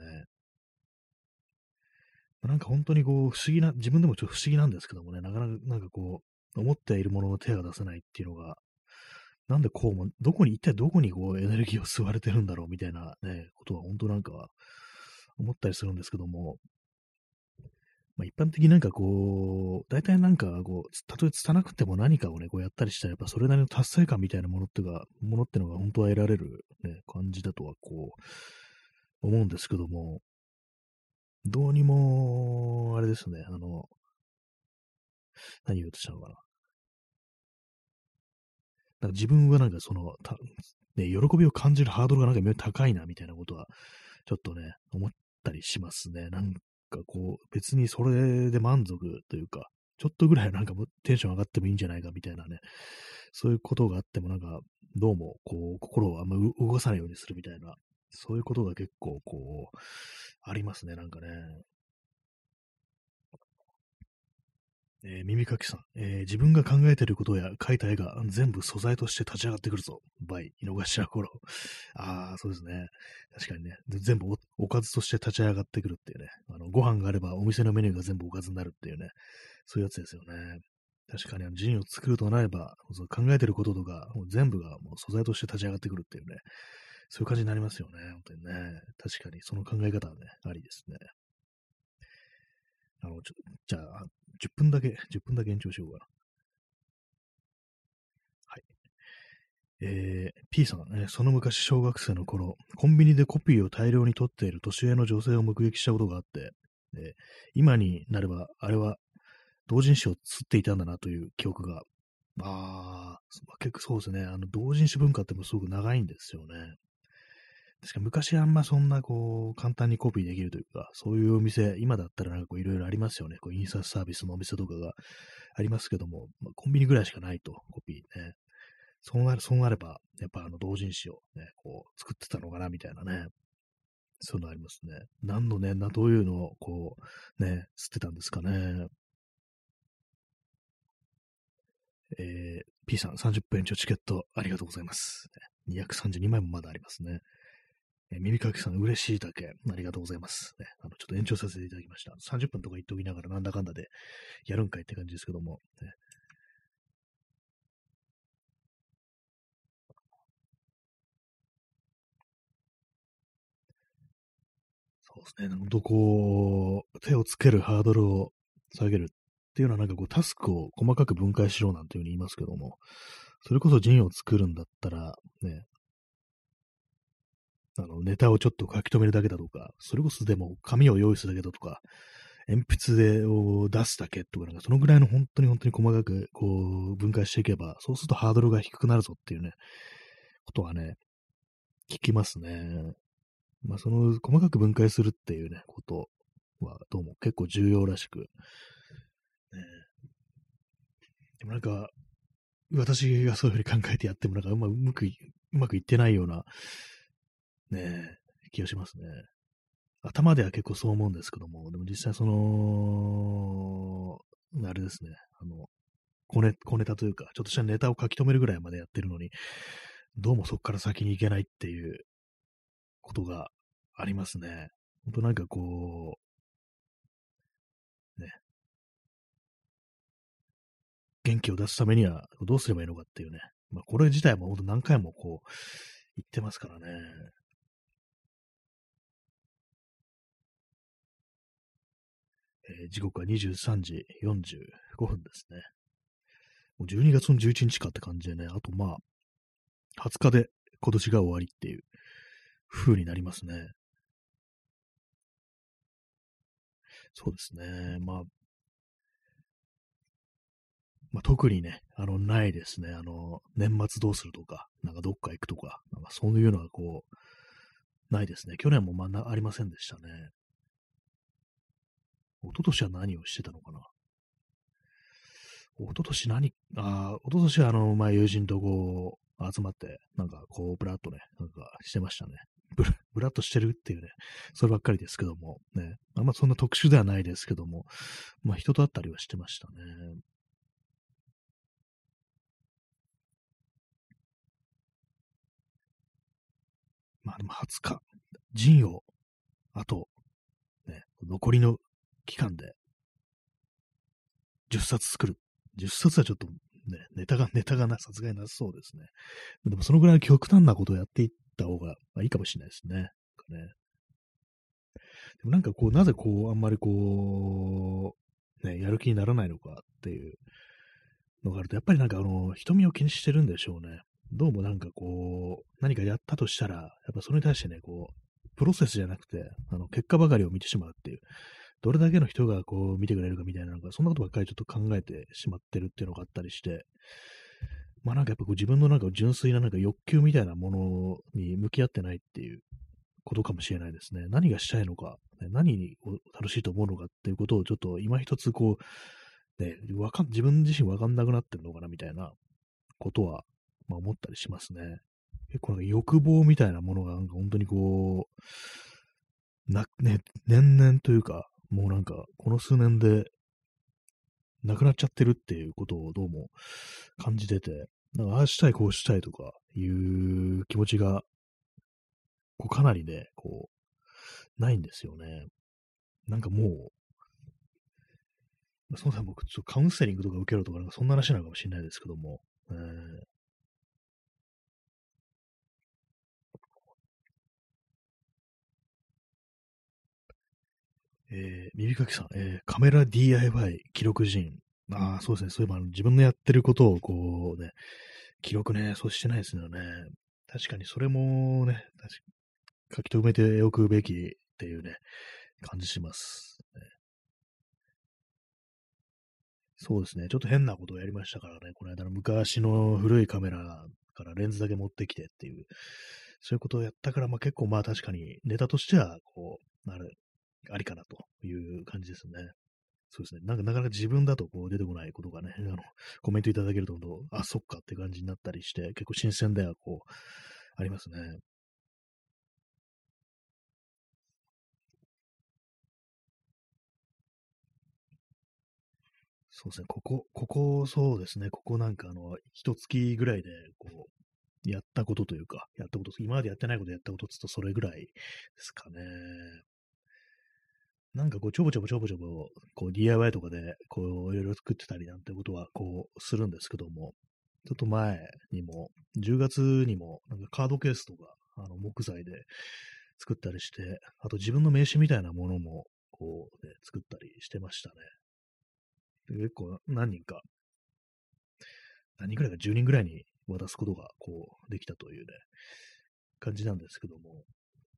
なんか本当にこう、不思議な、自分でもちょっと不思議なんですけどもね、なかなかなんかこう、思っているものの手が出せないっていうのが、なんでこうも、どこに、一体どこにこう、エネルギーを吸われてるんだろうみたいなね、ことは本当なんか、思ったりするんですけども、まあ、一般的になんかこう、大体なんかこう、たとえ拙くても何かをね、こうやったりしたら、やっぱそれなりの達成感みたいなものっていうか、ものってのが本当は得られるね、感じだとはこう、思うんですけども、どうにも、あれですね、あの、何言おうとしたのかな。なんか自分はなんかその、たね、喜びを感じるハードルがなんか妙に高いな、みたいなことは、ちょっとね、思ったりしますね。なんかこう、別にそれで満足というか、ちょっとぐらいなんかもうテンション上がってもいいんじゃないかみたいなね、そういうことがあってもなんか、どうもこう、心をあんま動かさないようにするみたいな、そういうことが結構こう、ありますね、なんかね。えー耳かきさん、えー自分が考えていることや描いた絵が全部素材として立ち上がってくるぞ。バイ、井の頭頃。ああ、そうですね。確かにね。で全部おおかずとして立ち上がってくるっていうね。あの、ご飯があればお店のメニューが全部おかずになるっていうね。そういうやつですよね。確かにあのジンを作るとなれば、その考えてることとか、もう全部がもう素材として立ち上がってくるっていうね。そういう感じになりますよね。本当にね。確かにその考え方はね、ありですね。あの、ちょ、じゃあ、じゅっぷんだけ、じゅっぷんだけ延長しようかな。はい。えー、P さん、えーその昔小学生の頃、コンビニでコピーを大量に取っている年上の女性を目撃したことがあって、で今になれば、あれは同人誌を釣っていたんだなという記憶が、ああ、結構そうですね、あの、同人誌文化ってもすごく長いんですよね。確か昔あんまそんなこう、簡単にコピーできるというか、そういうお店、今だったらなんかこういろいろありますよね。こう、印刷サービスのお店とかがありますけども、まあ、コンビニぐらいしかないと、コピーね。そうなる、そうなれば、やっぱあの同人誌をね、こう作ってたのかなみたいなね、そういうのありますね。何のね、な、どういうのをこう、ね、吸ってたんですかね。えー、P さんさんじゅっぷん延長チケットありがとうございます。にひゃくさんじゅうにまいもまだありますね。えー耳かきさん嬉しいだけありがとうございます。ね、あのちょっと延長させていただきました。さんじゅっぷんとか言っておきながらなんだかんだでやるんかいって感じですけども。ね、そうですね。なんかこう、手をつけるハードルを下げるっていうのはなんかこうタスクを細かく分解しろなんていうふうに言いますけども、それこそ陣を作るんだったら、ね、あの、ネタをちょっと書き留めるだけだとか、それこそでも紙を用意するだけだとか、鉛筆でを出すだけとか、なんかそのぐらいの本当に本当に細かくこう分解していけば、そうするとハードルが低くなるぞっていうね、ことはね、聞きますね。まあその細かく分解するっていうね、ことはどうも結構重要らしく、ね、でもなんか、私がそういうふうに考えてやってもなんかうまうまくい、うまくいってないような、ね、気がしますね。頭では結構そう思うんですけども、でも実際その、あれですね、あの、小ネ、小ネタというか、ちょっとしたネタを書き留めるぐらいまでやってるのに、 どうもそこから先に行けないっていうことがありますね。ほんとなんかこう、ね、元気を出すためにはどうすればいいのかっていうね。まあ、これ自体もほんと何回もこう、言ってますからね。えー時刻はにじゅうさんじよんじゅうごふんですね。もうじゅうにがつのじゅういちにちかって感じでね、あとまあ、はつかで今年が終わりっていう風になりますね。そうですね。まあ、まあ、特にね、あの、ないですね。あの、年末どうするとか、なんかどっか行くとか、なんかそういうのはこう、ないですね。去年もまあなありませんでしたね。一昨年は何をしてたのかな。一昨年何、ああ、一昨年はあの、まあ、友人とこう、集まって、なんかこう、ブラッとね、なんかしてましたね。ブラ、ブラッとしてるっていうね、そればっかりですけども、ね。あんまそんな特殊ではないですけども、まあ、人と会ったりはしてましたね。まあ、でもはつか、陣を、あと、ね、残りの期間でじゅっさつ作る。じゅっさつはちょっとね、ネタが、ネタがな、さすがになさそうですね。でもそのぐらい極端なことをやっていった方が、まあ、いいかもしれないですね。ねでもなんかこう、なぜこう、あんまりこう、ね、やる気にならないのかっていうのがあると、やっぱりなんかあの、瞳を気にしてるんでしょうね。どうもなんかこう、何かやったとしたら、やっぱそれに対してね、こう、プロセスじゃなくて、あの、結果ばかりを見てしまうっていう。どれだけの人がこう見てくれるかみたいなのが、そんなことばっかりちょっと考えてしまってるっていうのがあったりして、まあなんかやっぱこう自分のなんか純粋ななんか欲求みたいなものに向き合ってないっていうことかもしれないですね。何がしたいのか、ね、何を楽しいと思うのかっていうことをちょっと今一つこう、ね、わかん、自分自身わかんなくなってるのかなみたいなことは、まあ思ったりしますね。結構なんか欲望みたいなものがなんか本当にこう、な、ね、年々というか、もうなんかこの数年でなくなっちゃってるっていうことをどうも感じてて、なんかああしたいこうしたいとかいう気持ちがこうかなりね、こう、ないんですよね。なんかもう、そもそも僕、ちょっとカウンセリングとか受けろとか、なんかそんな話なのかもしれないですけども、えーえー、耳かきさん、えー、カメラ ディーアイワイ 記録人。ああ、そうですね。そういえば、あの自分のやってることを、こうね、記録ね、そうしてないですよね。確かにそれもね、確か書き留めておくべきっていうね、感じします。ねそうですね。ちょっと変なことをやりましたからね。この間の昔の古いカメラからレンズだけ持ってきてっていう、そういうことをやったから、まあ結構まあ確かにネタとしては、こう、あれ、ありかなという感じですね。そうですね。なんかなかなか自分だとこう出てこないことがね、あの、コメントいただけると、あ、そっかって感じになったりして、結構新鮮ではこう、ありますね。そうですね。ここ、ここ、そうですね。ここなんかあの、一月ぐらいで、こう、やったことというか、やったこと、今までやってないことやったことっつうとそれぐらいですかね。なんかこう、ちょぼちょぼちょぼちょぼ、こう ディーアイワイ とかで、こう、いろいろ作ってたりなんてことは、こう、するんですけども、ちょっと前にも、じゅうがつにも、なんかカードケースとか、あの、木材で作ったりして、あと自分の名刺みたいなものも、こう、ね、作ったりしてましたね。で結構何人か、何人くらいかじゅうにんぐらいに渡すことが、こう、できたというね、感じなんですけども、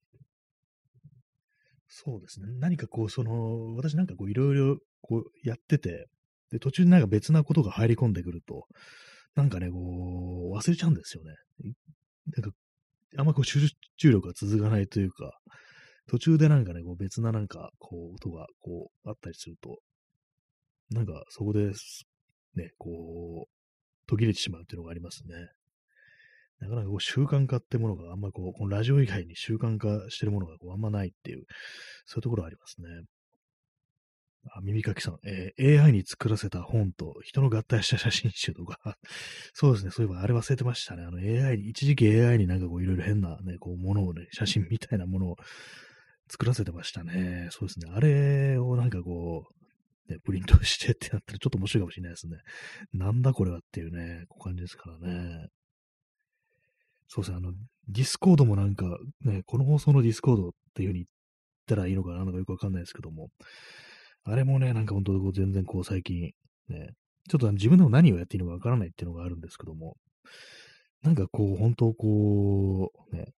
そうですね。何かこう、その、私なんかこう、いろいろこう、やってて、で、途中になんか別なことが入り込んでくると、なんかね、こう、忘れちゃうんですよね。いなんか、あんまこう、集中力が続かないというか、途中でなんかね、こう別ななんか、こう、音がこう、あったりすると、なんかそこで、ね、こう、途切れてしまうっていうのがありますね。なかなかこう習慣化ってものがあんまこう、このラジオ以外に習慣化してるものがこうあんまないっていう、そういうところありますね。 あ、耳かきさん、えー エーアイ に作らせた本と人の合体した写真集とかそうですね、そういえばあれ忘れてましたね。あの エーアイ に、一時期 エーアイ になんかこういろいろ変なね、こうものをね、写真みたいなものを作らせてましたね。そうですね。あれをなんかこう、ね、プリントしてってなったらちょっと面白いかもしれないですね。なんだこれはっていうね、こう感じですからね。そうですね、あの、ディスコードもなんか、ね、この放送のディスコードっていう風に言ったらいいのかなのかよくわかんないですけども、あれもね、なんか本当こう全然こう最近、ね、ちょっと自分でも何をやっていいのかわからないっていうのがあるんですけども、なんかこう、本当こう、ね、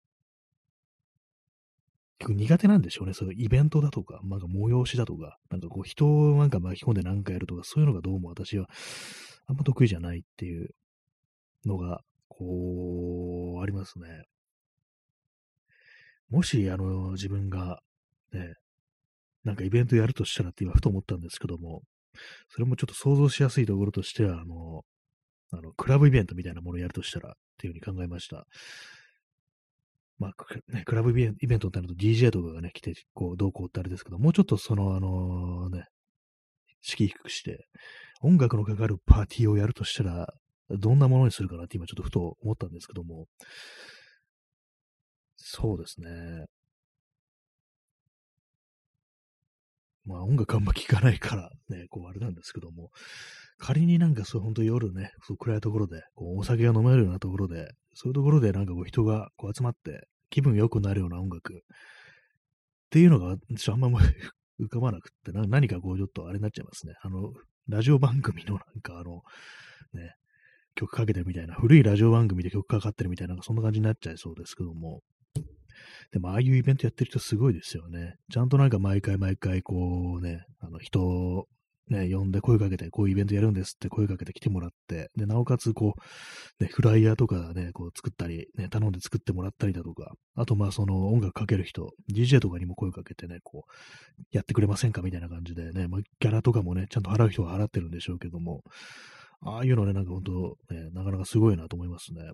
結構苦手なんでしょうね。そういうイベントだとか、なんか催しだとか、なんかこう人をなんか巻き込んで何かやるとか、そういうのがどうも私はあんま得意じゃないっていうのが、こう、ありますね。もし、あの、自分が、ね、なんかイベントやるとしたらって今ふと思ったんですけども、それもちょっと想像しやすいところとしては、あの、あの、クラブイベントみたいなものをやるとしたらっていうふうに考えました。まあ、くね、クラブイベンイベントってなると ディージェー とかがね、来て、こう、どうこうってあれですけど、もうちょっとその、あのね、敷居低くして、音楽のかかるパーティーをやるとしたら、どんなものにするかなって今ちょっとふと思ったんですけども、そうですね。まあ音楽あんま聴かないからね、こうあれなんですけども、仮になんかそう本当夜ね、そう暗いところで、こうお酒が飲めるようなところで、そういうところでなんかこう人がこう集まって気分良くなるような音楽っていうのが、ちょっとあんまもう浮かばなくって、な何かこうちょっとあれになっちゃいますね。あの、ラジオ番組のなんかあの、ね、曲かけてるみたいな、古いラジオ番組で曲かかってるみたいな、そんな感じになっちゃいそうですけども、でも、ああいうイベントやってる人すごいですよね。ちゃんとなんか毎回毎回、こうね、あの人をね、呼んで声かけて、こういうイベントやるんですって声かけて来てもらって、で、なおかつ、こう、ね、フライヤーとかね、こう作ったり、ね、頼んで作ってもらったりだとか、あと、まあ、その音楽かける人、ディージェー とかにも声かけてね、こう、やってくれませんかみたいな感じでね、まあ、ギャラとかもね、ちゃんと払う人は払ってるんでしょうけども、ああいうのね、なんか本当、ね、なかなかすごいなと思いますね。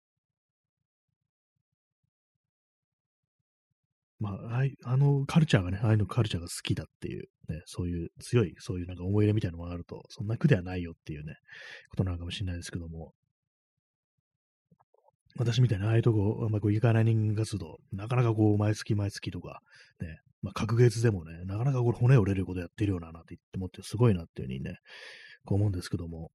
まあ、ああいあのカルチャーがね、ああいうのカルチャーが好きだっていう、ね、そういう強い、そういうなんか思い入れみたいなのがあると、そんな苦ではないよっていうね、ことなのかもしれないですけども、私みたいなああいうとこ、あんまこう行かない人間活動、なかなかこう、毎月毎月とか、ね、まあ、隔月でもね、なかなかこれ骨折れることやってるようななって言って思って、すごいなっていうふうにね、こう思うんですけども、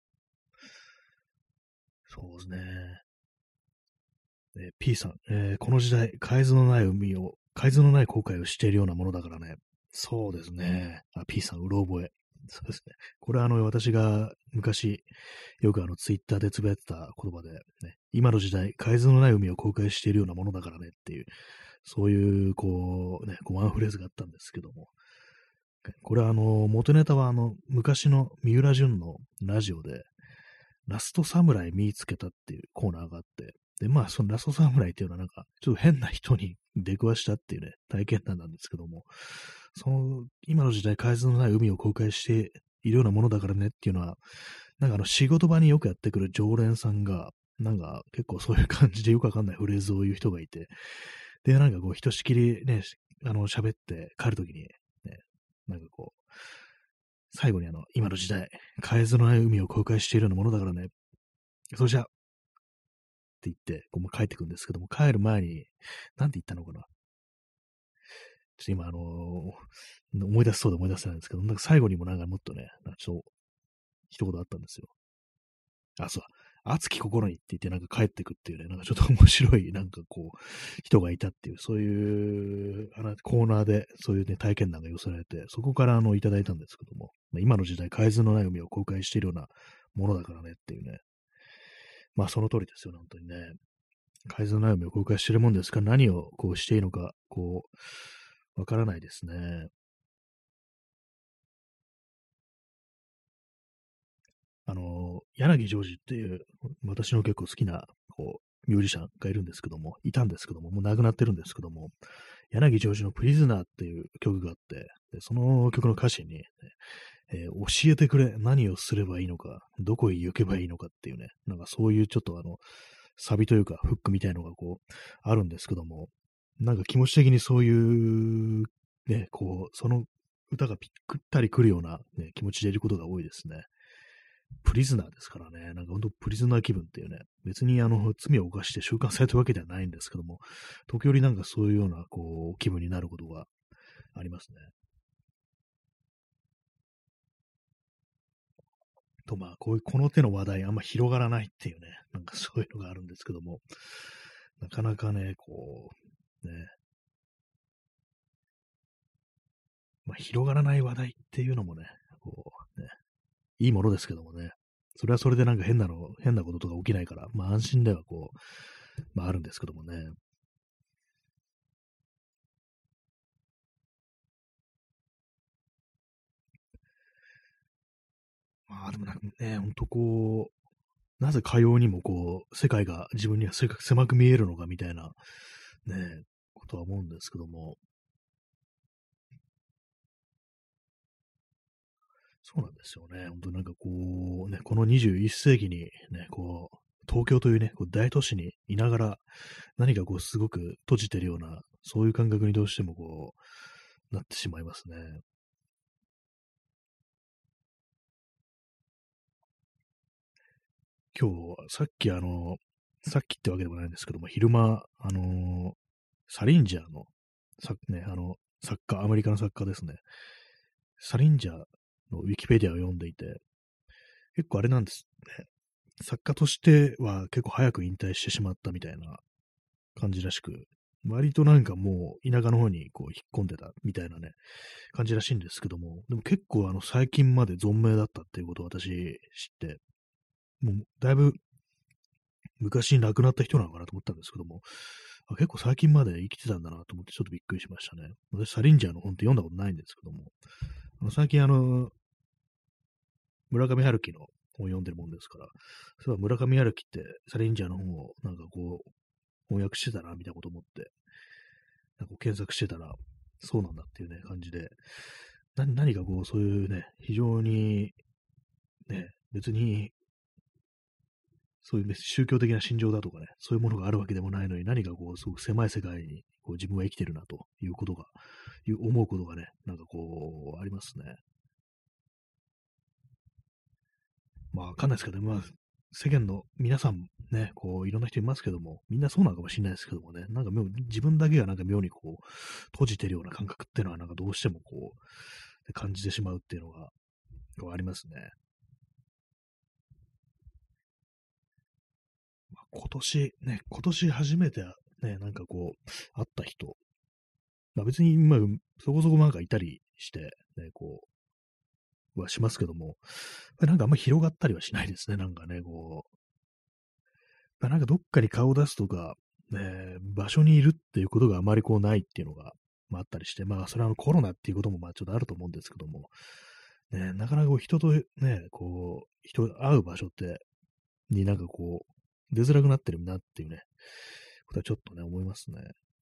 そうですね。えー P さん、えーこの時代、海図のない海を、海図のない航海をしているようなものだからね。そうですね。あ、P さん、うろ覚え。そうですね。これはあの、私が昔、よくあの、ツイッターでつぶやいてた言葉で、ね、今の時代、海図のない海を航海しているようなものだからねっていう、そういう、こう、ね、こうワンフレーズがあったんですけども、これはあの、元ネタはあの、昔の三浦淳のラジオで、ラストサムライ見つけたっていうコーナーがあって、で、まあ、そのラストサムライっていうのはなんか、ちょっと変な人に出くわしたっていうね、体験談なんですけども、その、今の時代、海図のない海を公開しているようなものだからねっていうのは、なんかあの、仕事場によくやってくる常連さんが、なんか結構そういう感じでよくわかんないフレーズを言う人がいて、で、なんかこう、ひとしきりね、あの、喋って帰るときに、ね、なんかこう、最後にあの、今の時代、海図のない海を公開しているようなものだからね、それじゃって言って、こうもう帰ってくんですけども、帰る前に、なんて言ったのかな。ちょっと今、あのー思い出しそうで思い出せないんですけど、なんか最後にもなんかもっとね、ちょっと一言あったんですよ。あ、そう。熱き心にって言ってなんか帰ってくっていうね、なんかちょっと面白い、なんかこう、人がいたっていう、そういう、あの、コーナーでそういうね、体験談が寄せられて、そこからあの、いただいたんですけども、まあ、今の時代、海図のない海を公開しているようなものだからねっていうね、まあその通りですよね、本当にね。改造悩みを公開しているもんですから、何をこうしていいのか、こう、わからないですね。あの、柳ジョージっていう、私の結構好きな、こう、ミュージシャンがいるんですけども、いたんですけども、もう亡くなってるんですけども、柳ジョージのプリズナーっていう曲があって、でその曲の歌詞に、ねえー教えてくれ、何をすればいいのか、どこへ行けばいいのかっていうね、なんかそういうちょっとあの、サビというか、フックみたいのがこう、あるんですけども、なんか気持ち的にそういう、ね、こう、その歌がぴったり来るような、ね、気持ちでいることが多いですね。プリズナーですからね。なんか本当プリズナー気分っていうね。別にあの、罪を犯して収監されたわけではないんですけども、時折なんかそういうような、こう、気分になることがありますね。と、まあ、こういう、この手の話題あんま広がらないっていうね、なんかそういうのがあるんですけども、なかなかね、こう、ね、まあ、広がらない話題っていうのもね、こう、ね、いいものですけどもね、それはそれでなんか変なの、変なこととか起きないから、まあ安心ではこう、まああるんですけどもね。まあでもなんかね、ほんとこう、なぜかようにもこう、世界が自分にはせ狭く見えるのかみたいな、ね、ことは思うんですけども、そうなんですよね。本当なんかこう、ね、このにじゅういっ世紀にね、こう、東京というね、こう大都市にいながら、何かこう、すごく閉じてるような、そういう感覚にどうしてもこう、なってしまいますね。今日、さっきあの、さっきってわけでもないんですけども、昼間、あのサリンジャーの、さね、あの、作家、アメリカの作家ですね。サリンジャーのウィキペディアを読んでいて、結構あれなんですね。作家としては結構早く引退してしまったみたいな感じらしく、割となんかもう田舎の方にこう引っ込んでたみたいなね、感じらしいんですけども、でも結構あの最近まで存命だったっていうことを私知って、もうだいぶ昔に亡くなった人なのかなと思ったんですけども、あ結構最近まで生きてたんだなと思ってちょっとびっくりしましたね。私、サリンジャーの本って読んだことないんですけども、あの最近あの、村上春樹の本を読んでるもんですから、そういえば村上春樹ってサリンジャーの本をなんかこう、翻訳してたな、みたいなこと思って、なんか検索してたら、そうなんだっていうね、感じで、な何かこう、そういうね、非常に、ね、別に、そういうね、宗教的な信条だとかね、そういうものがあるわけでもないのに、何かこう、すごく狭い世界にこう自分は生きてるなということが、いう思うことがね、なんかこう、ありますね。まあ、わかんないですけど、まあ、世間の皆さんね、こう、いろんな人いますけども、みんなそうなのかもしれないですけどもね、なんか妙自分だけがなんか妙にこう、閉じてるような感覚っていうのは、なんかどうしてもこう、感じてしまうっていうのが、こうありますね。まあ、今年、ね、今年初めてね、なんかこう、会った人、まあ別に、まあ、そこそこなんかいたりして、ね、こう、はしますけども、なんかあんま広がったりはしないですね、なんかね、こう、まあ、なんかどっかに顔を出すとか、ね、場所にいるっていうことがあまりこうないっていうのが、まあ、あったりして、まあ、それはあのコロナっていうこともまあちょっとあると思うんですけども、ね、なかなかこう人とね、こう、人と会う場所って、になんかこう、出づらくなってるなっていうね、ことはちょっとね、思いますね。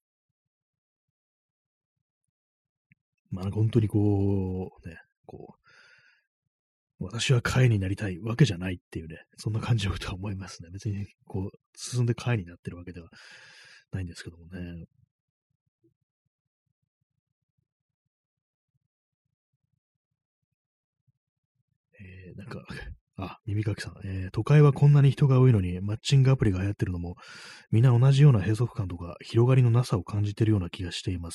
まあ、なんか本当にこう、ね、こう、私は会になりたいわけじゃないっていうね、そんな感じのことは思いますね。別に、こう、進んで会になってるわけではないんですけどもね。えー、なんか、あ、耳かきさん、えー、都会はこんなに人が多いのに、マッチングアプリが流行ってるのも、みんな同じような閉塞感とか、広がりのなさを感じているような気がしています。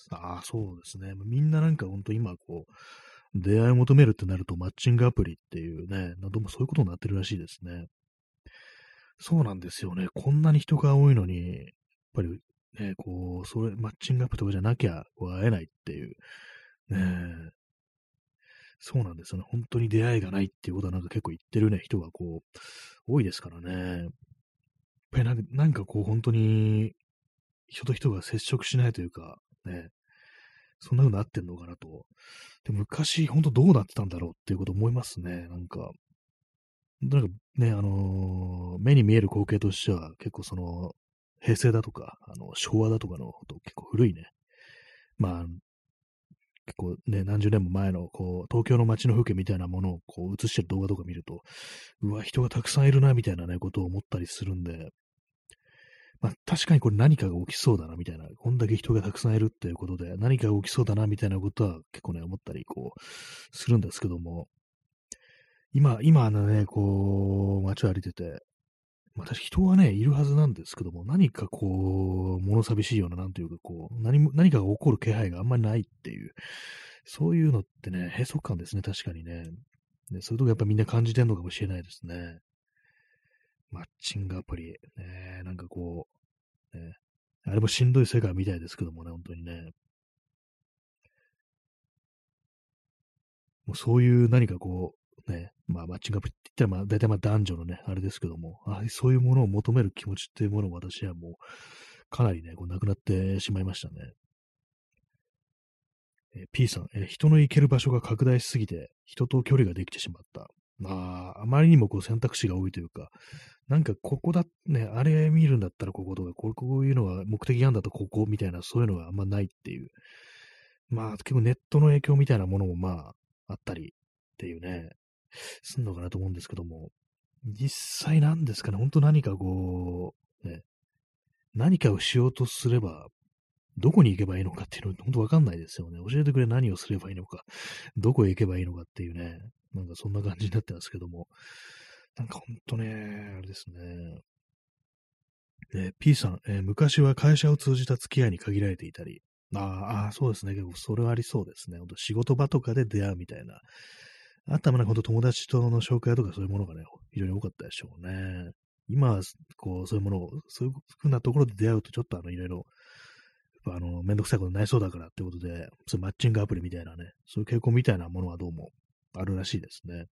ああ、そうですね。みんななんか本当今こう、出会いを求めるってなると、マッチングアプリっていうね、どうもそういうことになってるらしいですね。そうなんですよね。こんなに人が多いのに、やっぱりね、こう、それ、マッチングアプリとかじゃなきゃ、こう会えないっていう、ね、そうなんですよね。本当に出会いがないっていうことはなんか結構言ってるね、人がこう、多いですからね。やっぱりなんかなんかこう本当に人と人が接触しないというか、ね、そんな風になってんのかなと。で、昔本当どうなってたんだろうっていうこと思いますね。なんか、なんかね、あのー目に見える光景としては結構その、平成だとか、あの、昭和だとかのと結構古いね。まあ、結構ね、何十年も前の、こう、東京の街の風景みたいなものをこう映してる動画とか見ると、うわ、人がたくさんいるな、みたいなね、ことを思ったりするんで、 まあ、確かにこれ何かが起きそうだな、みたいな、こんだけ人がたくさんいるっていうことで、何かが起きそうだな、みたいなことは結構ね、思ったり、こう、するんですけども、今、今のね、こう、街を歩いてて、まあ、確か人はね、いるはずなんですけども、何かこう、物寂しいような、なんというか、こう、何も、何かが起こる気配があんまりないっていう、そういうのってね、閉塞感ですね、確かにね。ね、そういうとこやっぱみんな感じてるのかもしれないですね。マッチングアプリ。ね、なんかこう、ね、あれもしんどい世界みたいですけどもね、本当にね。もうそういう何かこう、ね、まあマッチングアプリって言ったらまあ大体まあ男女のね、あれですけども、あそういうものを求める気持ちっていうものを私はもうかなりね、こうなくなってしまいましたね。えー P さん、えー人の行ける場所が拡大しすぎて、人と距離ができてしまった。まあ、あまりにもこう選択肢が多いというか、なんかここだ、ね、あれ見るんだったらこことか、こうこういうのが目的なんだとここみたいな、そういうのがあんまないっていう。まあ、結構ネットの影響みたいなものもまあ、あったりっていうね、すんのかなと思うんですけども、実際なんですかね、本当何かこう、ね、何かをしようとすれば、どこに行けばいいのかっていうの、本当わかんないですよね。教えてくれ何をすればいいのか、どこへ行けばいいのかっていうね、なんかそんな感じになってますけども、なんか本当ね、あれですね。ね、P さん、えー昔は会社を通じた付き合いに限られていたり、あーあー、そうですね。結構それはありそうですね。本当仕事場とかで出会うみたいな。あとはなんか本当友達との紹介とかそういうものがね、非常に多かったでしょうね。今は、こう、そういうものを、そういうふうなところで出会うと、ちょっとあの、いろいろ、やっぱあの、めんどくさいことになりそうだからってことで、そういうマッチングアプリみたいなね、そういう傾向みたいなものはどうもあるらしいですね。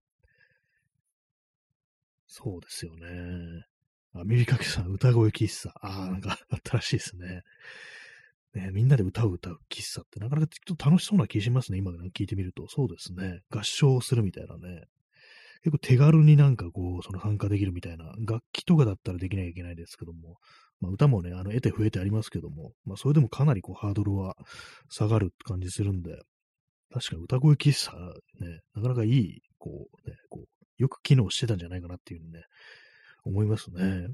そうですよね。あ、耳かけさん、歌声喫茶。ああ、なんかあったらしいですね。ね、みんなで歌を歌う喫茶ってなかなかちょっと楽しそうな気しますね。今聞いてみると。そうですね。合唱するみたいなね。結構手軽になんかこう、その参加できるみたいな。楽器とかだったらできなきゃいけないですけども。まあ歌もね、あの、得て増えてありますけども。まあそれでもかなりこう、ハードルは下がるって感じするんで。確かに歌声喫茶ね、なかなかいい、こう、ね、こう、よく機能してたんじゃないかなっていうね、思いますね。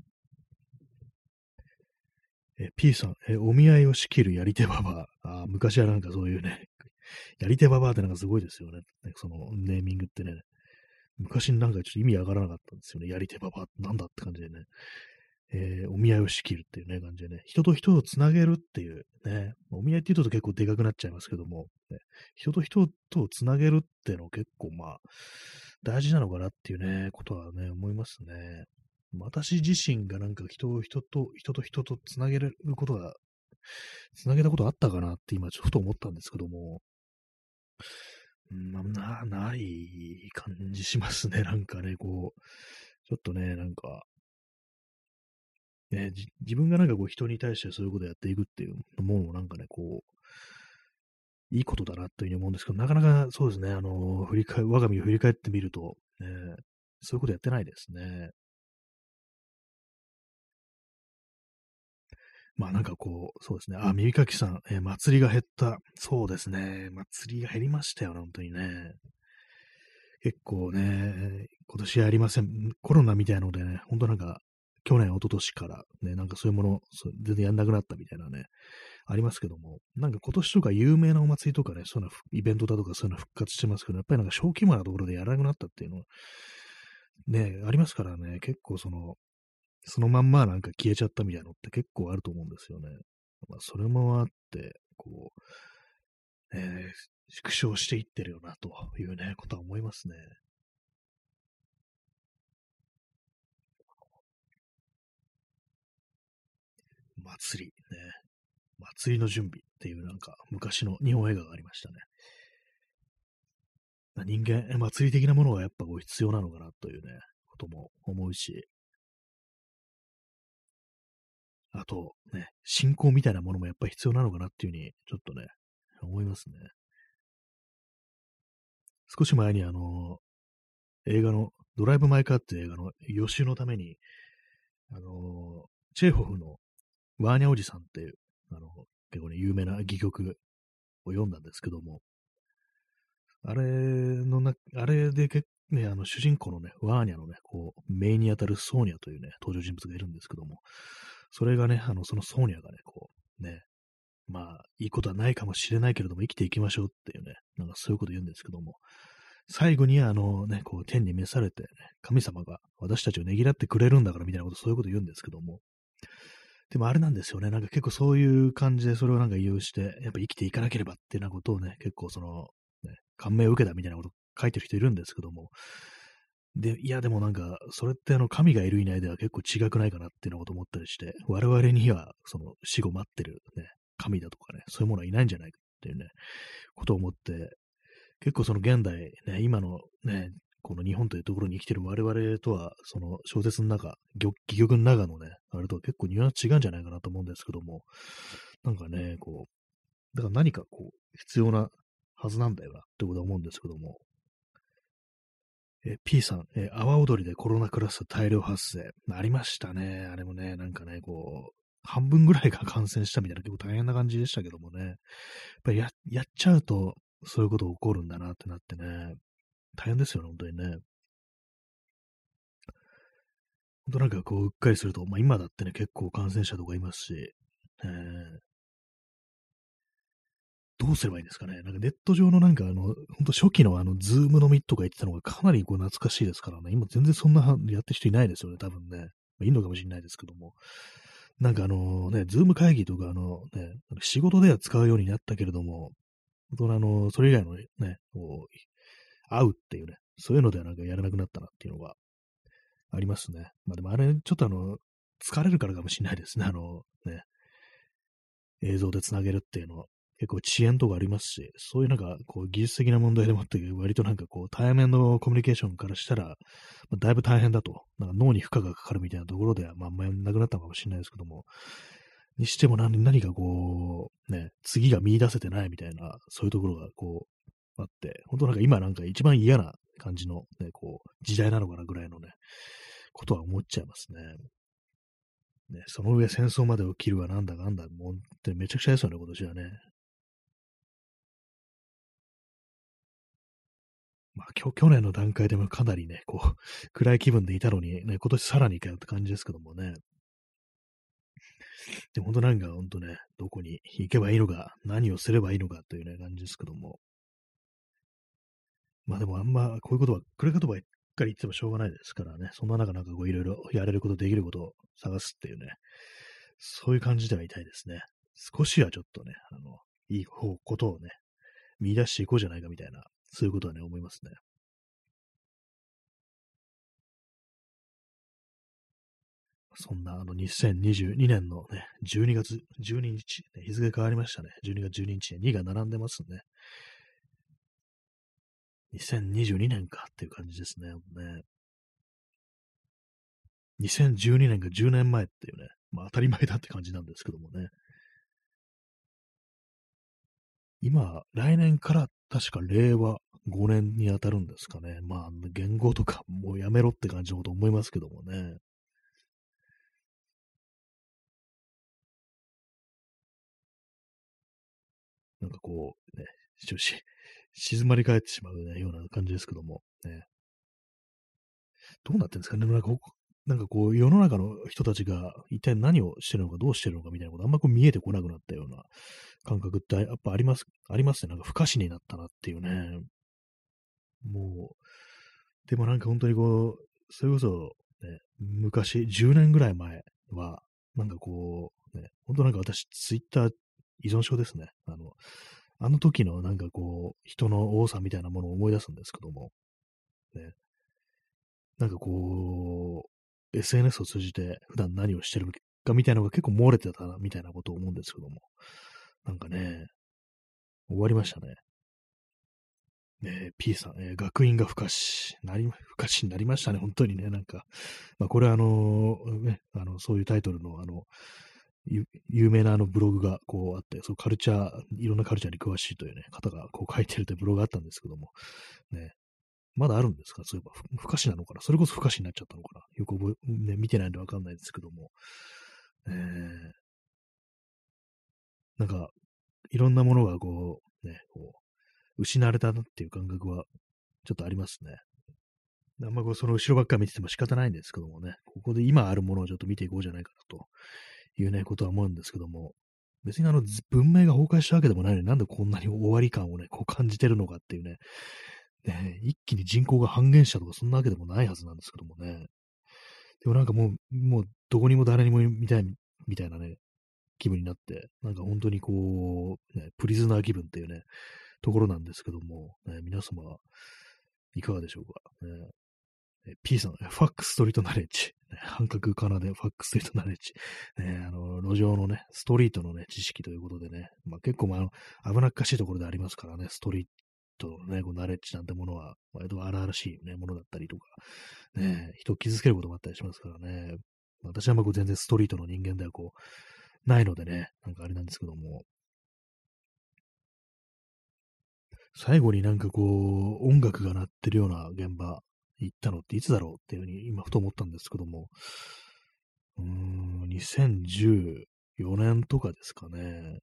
え、P さん、え、お見合いを仕切るやり手ババア。あー昔はなんかそういうね、やり手ババアってなんかすごいですよね。ねそのネーミングってね。昔なんかちょっと意味わからなかったんですよね。やり手ババアってなんだって感じでね。えーお見合いを仕切るっていうね、感じでね。人と人をつなげるっていうね。お見合いって言うと結構でかくなっちゃいますけども、ね、人と人とをつなげるっていうの結構まあ、大事なのかなっていうね、ことはね、思いますね。私自身がなんか人を人と、人と人とつなげることが、つなげたことあったかなって今ちょっとふと思ったんですけども、うん、まあ、な、ない感じしますね。なんかね、こう、ちょっとね、なんか、ね、じ自分がなんかこう人に対してそういうことをやっていくっていうものをなんかね、こう、いいことだなというふうに思うんですけど、なかなかそうですね、あの、振り返、我が身を振り返ってみると、ね、そういうことやってないですね。まあなんかこう、そうですね。あ、耳かきさん、えー祭りが減った。そうですね。祭りが減りましたよね、本当にね。結構ね、今年やりません。コロナみたいなのでね、本当なんか、去年、一昨年からね、なんかそういうもの、そう全然やんなくなったみたいなね、ありますけども、なんか今年とか有名なお祭りとかね、そういうのイベントだとかそういうの復活してますけど、やっぱりなんか小規模なところでやらなくなったっていうのは、ね、ありますからね、結構その、そのまんまなんか消えちゃったみたいなのって結構あると思うんですよね。まあ、それもあって、こう、えー縮小していってるよな、というね、ことは思いますね。祭り、ね。祭りの準備っていうなんか昔の日本映画がありましたね。人間、え祭り的なものがやっぱこう必要なのかなというね、ことも思うし、あとね、信仰みたいなものもやっぱり必要なのかなっていうふうに、ちょっとね、思いますね。少し前にあの、映画の、ドライブ・マイ・カーっていう映画の予習のために、あの、チェーホフのワーニャおじさんっていう、あの、結構ね、有名な戯曲を読んだんですけども、あれのな、あれでけ、ね、あの、主人公のね、ワーニャのね、こう、姪にあたるソーニャというね、登場人物がいるんですけども、 それがね、あの、そのソーニャがね、こう、ね、まあ、いいことはないかもしれないけれども、生きていきましょうっていうね、なんかそういうこと言うんですけども、最後にはあのね、こう天に召されて、ね、神様が私たちをねぎらってくれるんだからみたいなこと、そういうこと言うんですけども、でもあれなんですよね、なんか結構そういう感じでそれをなんか利用して、やっぱ生きていかなければっていうようなことをね、結構その、ね、感銘を受けたみたいなこと書いてる人いるんですけども、で、いやでもなんか、それってあの神がいるいないでは結構違くないかなっていうようなことを思ったりして、我々にはその死後待ってるね、神だとかね、そういうものはいないんじゃないかっていうね、ことを思って、結構その現代、ね、今のね、この日本というところに生きてる我々とは、その小説の中、戯戯曲の中のね、あれとは結構ニュアンス違うんじゃないかなと思うんですけども、なんかね、こう、だから何かこう、必要なはずなんだよなってことは思うんですけども、え P さん、え阿波踊りでコロナクラス大量発生。ありましたね。あれもね、なんかね、こう、半分ぐらいが感染したみたいな結構大変な感じでしたけどもね。やっぱりや、やっちゃうと、そういうこと起こるんだなってなってね、大変ですよね、本当にね。本当なんかこう、うっかりすると、まあ今だってね、結構感染者とかいますし、えー、どうすればいいんですかね。なんかネット上のなんかあの、本当初期のあの、ズーム飲みとか言ってたのがかなりこう懐かしいですからね。今全然そんなやってる人いないですよね、多分ね。まあ、いいのかもしれないですけども。なんかあのね、ズーム会議とかあのね、仕事では使うようになったけれども、本当にあの、それ以外のね、こう、会うっていうね、そういうのではなんかやらなくなったなっていうのがありますね。まあでもあれ、ちょっとあの、疲れるからかもしれないですね。あの、ね、映像でつなげるっていうのは。結構遅延とかありますし、そういうなんか、こう、技術的な問題でもって、割となんかこう、対面のコミュニケーションからしたら、まあ、だいぶ大変だと。なんか脳に負荷がかかるみたいなところでは、まあ、あんまりなくなったのかもしれないですけども、にしても何何かこう、ね、次が見出せてないみたいな、そういうところがこう、あって、本当なんか今なんか一番嫌な感じのね、こう、時代なのかなぐらいのね、ことは思っちゃいますね。ね、その上戦争まで起きるわなんだかんだ、もうってめちゃくちゃですよね、今年はね。まあ、きょ去年の段階でもかなりね、こう、暗い気分でいたのに、ね、今年さらにかよって感じですけどもね。で、本当なんか、本当ね、どこに行けばいいのか、何をすればいいのかというね、感じですけども。まあでもあんま、こういうことは、暗い言葉ばっかり言ってもしょうがないですからね。そんな中なんかこう、いろいろやれること、できることを探すっていうね、そういう感じではいたいですね。少しはちょっとね、あの、いい方、ことをね、見出していこうじゃないかみたいな、そういうことはね、思いますね。そんなあのにせんにじゅうにねんのね、じゅうにがつじゅうににち、ね、日付変わりましたね。じゅうにがつじゅうににちににが並んでますね。にせんにじゅうにねんかっていう感じですね。ねにせんじゅうにねんがじゅうねんまえっていうね、まあ当たり前だって感じなんですけどもね。今、来年から確かれいわごねんに当たるんですかね。まあ、言語とかもうやめろって感じのこと思いますけどもね。なんかこう、ね、しし静まり返ってしまう、ね、ような感じですけども、ね。どうなってんですかね。なんかこう、なんかこう、世の中の人たちが一体何をしてるのか、どうしてるのかみたいなこと、あんまこう見えてこなくなったような感覚ってやっぱあります、ありますね。なんか不可視になったなっていうね。もう、でもなんか本当にこう、それこそ、ね、昔、じゅうねんぐらい前は、なんかこう、ね、本当なんか私、ツイッター依存症ですね。あの、あの時のなんかこう、人の多さみたいなものを思い出すんですけども、ね、なんかこう、エスエヌエス を通じて普段何をしてるかみたいなのが結構漏れてたな、みたいなことを思うんですけども。なんかね、終わりましたね。えー、P さん、えー学院が不可視。なり、不可視になりましたね、本当にね。なんか、まあ、これはあのーね、あの、そういうタイトルの、あの、ゆ有名なあのブログがこうあって、そうカルチャー、いろんなカルチャーに詳しいというね、方がこう書いてるというブログがあったんですけども、ね、まだあるんですかそういえば、ふ不可視なのかなそれこそ不可視になっちゃったのかなよく覚え、ね、見てないんでわかんないですけども。えー、なんか、いろんなものがこう、ね、こう、失われたなっていう感覚は、ちょっとありますね。あんまこう、その後ろばっかり見てても仕方ないんですけどもね、ここで今あるものをちょっと見ていこうじゃないかなというね、ことは思うんですけども、別にあの、ず文明が崩壊したわけでもないのに、なんでこんなに終わり感をね、こう感じてるのかっていうね、ね、一気に人口が半減したとか、そんなわけでもないはずなんですけどもね。でもなんかもう、もうどこにも誰にもみたい、みたいなね、気分になって、なんか本当にこう、ね、プリズナー気分っていうね、ところなんですけども、ね、皆様いかがでしょうか。ね、え P さん、ファックストリートナレッジ。ね、半角かなでファックストリートナレッジ。ね、あの、路上のね、ストリートのね、知識ということでね、まあ、結構、まあ、危なっかしいところでありますからね、ストリートのね、こうナレッジなんてものは、割と荒々しい、ね、ものだったりとか、ね、人を傷つけることもあったりしますからね。私はまあこう全然ストリートの人間ではこう、ないのでね、なんかあれなんですけども、最後になんかこう、音楽が鳴ってるような現場行ったのっていつだろうっていうふうに今ふと思ったんですけども、うーん、にせんじゅうよねんとかですかね。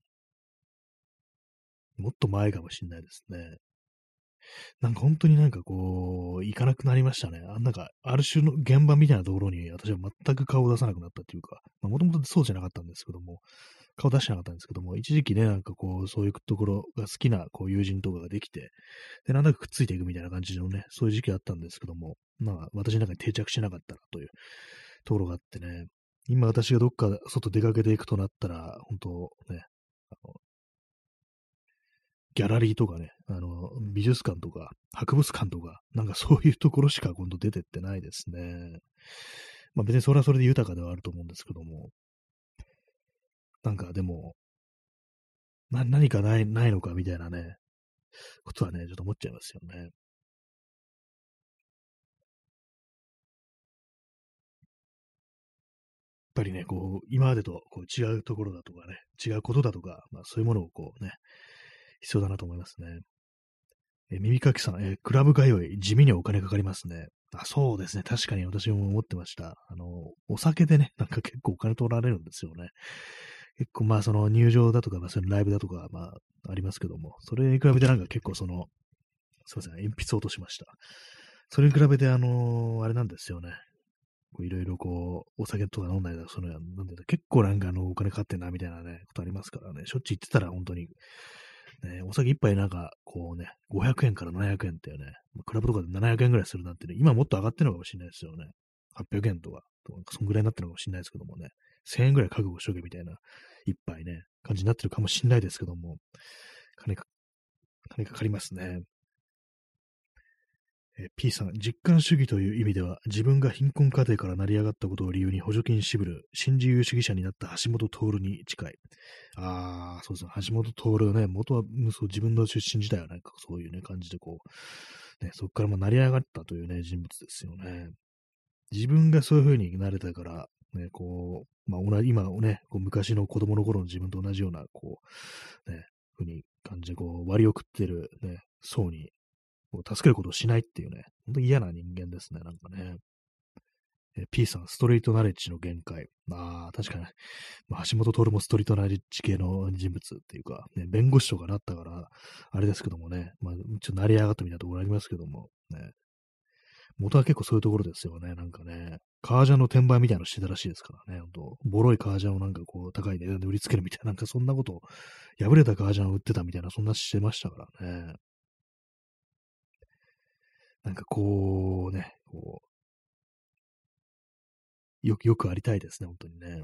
もっと前かもしれないですね。なんか本当になんかこう、行かなくなりましたね。あなんか、ある種の現場みたいなところに私は全く顔を出さなくなったっていうか、もともとそうじゃなかったんですけども、顔出してなかったんですけども、一時期ね、なんかこう、そういうところが好きなこう友人とかができて、で、なんだかくっついていくみたいな感じのね、そういう時期あったんですけども、まあ、私の中に定着しなかったなというところがあってね、今私がどっか外出かけていくとなったら、本当ね、あのギャラリーとかね、あの、美術館とか、博物館とか、なんかそういうところしか今度出てってないですね。まあ別にそれはそれで豊かではあると思うんですけども、なんかでも、な、何かない、ないのかみたいなね、ことはね、ちょっと思っちゃいますよね。やっぱりね、こう、今までとこう違うところだとかね、違うことだとか、まあそういうものをこうね、必要だなと思いますね。え、耳かきさん、え、クラブ通い、地味にお金かかりますね。あ、そうですね。確かに私も思ってました。あの、お酒でね、なんか結構お金取られるんですよね。結構まあその入場だとか、まあそのライブだとか、まあありますけども、それに比べてなんか結構その、すいません、鉛筆落としました。それに比べてあのあれなんですよね。いろいろこう、お酒とか飲んだりだとか、その、なんで結構なんかあの、お金かかってんな、みたいなね、ことありますからね。しょっちゅう言ってたら本当に、ね、お酒一杯なんか、こうね、ごひゃくえんからななひゃくえんっていうね、クラブとかでななひゃくえんぐらいするなんてね、今もっと上がってるのかもしれないですよね。はっぴゃくえんとか、とかそんぐらいになってるのかもしれないですけどもね、せんえんぐらい覚悟しとけみたいな、一杯ね、感じになってるかもしれないですけども、金か、金かかりますね。えー P さん、実感主義という意味では、自分が貧困家庭から成り上がったことを理由に補助金渋る、新自由主義者になった橋本徹に近い。ああ、そうですね。橋本徹ね、元は、うんそう自分の出身自体はなんかそういうね、感じでこう、ね、そこからも成り上がったというね、人物ですよね。自分がそういう風になれたから、ね、こう、まあ、同じ、今ね、こう昔の子供の頃の自分と同じような、こう、ね、風に感じで、こう、割を食ってるね、層にこう助けることをしないっていうね、本当に嫌な人間ですね、なんかね。え P さん、ストリートナレッジの限界。ああ、確かに、まあ、橋本徹もストリートナレッジ系の人物っていうか、ね、弁護士とかなったから、あれですけどもね、まあ、ちょっと成り上がったみたいなところありますけども、ね、元は結構そういうところですよね、なんかね。革ジャンの転売みたいなのしてたらしいですからね、本当ボロい革ジャンをなんかこう、高い値段で売りつけるみたいな、なんかそんなことを、破れた革ジャンを売ってたみたいな、そんなしてましたからね。なんかこうね、こう、よくよくありたいですね、本当にね。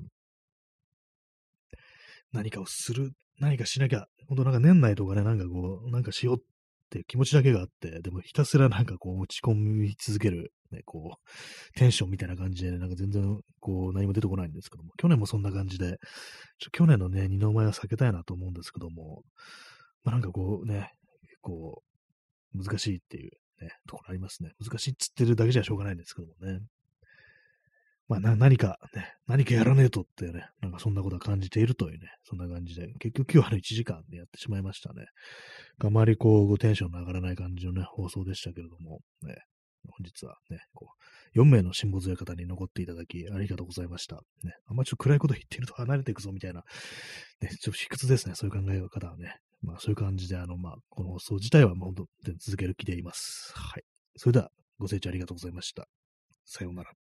何かをする、何かしなきゃ、本当なんか年内とかね、なんかこう、なんかしようって気持ちだけがあって、でもひたすらなんかこう落ち込み続ける、ね、こう、テンションみたいな感じで、ね、なんか全然こう何も出てこないんですけども、去年もそんな感じで、ちょ去年のね、二の舞は避けたいなと思うんですけども、まあなんかこうね、結構難しいっていうね、ところありますね。難しいっつってるだけじゃしょうがないんですけどもね。まあ、な、何かね、何かやらねえとってね、なんかそんなことは感じているというね、そんな感じで、結局今日はね、いちじかんでやってしまいましたね。あまりこう、テンションの上がらない感じのね、放送でしたけれども、ね、本日はね、こう、よん名の辛抱強い方に残っていただき、ありがとうございました。ね、あんまりちょっと暗いこと言ってると離れていくぞみたいな、ね、ちょっと卑屈ですね、そういう考え方はね。まあ、そういう感じで、あの、まあ、この放送自体はもう本当に続ける気でいます。はい。それでは、ご清聴ありがとうございました。さようなら。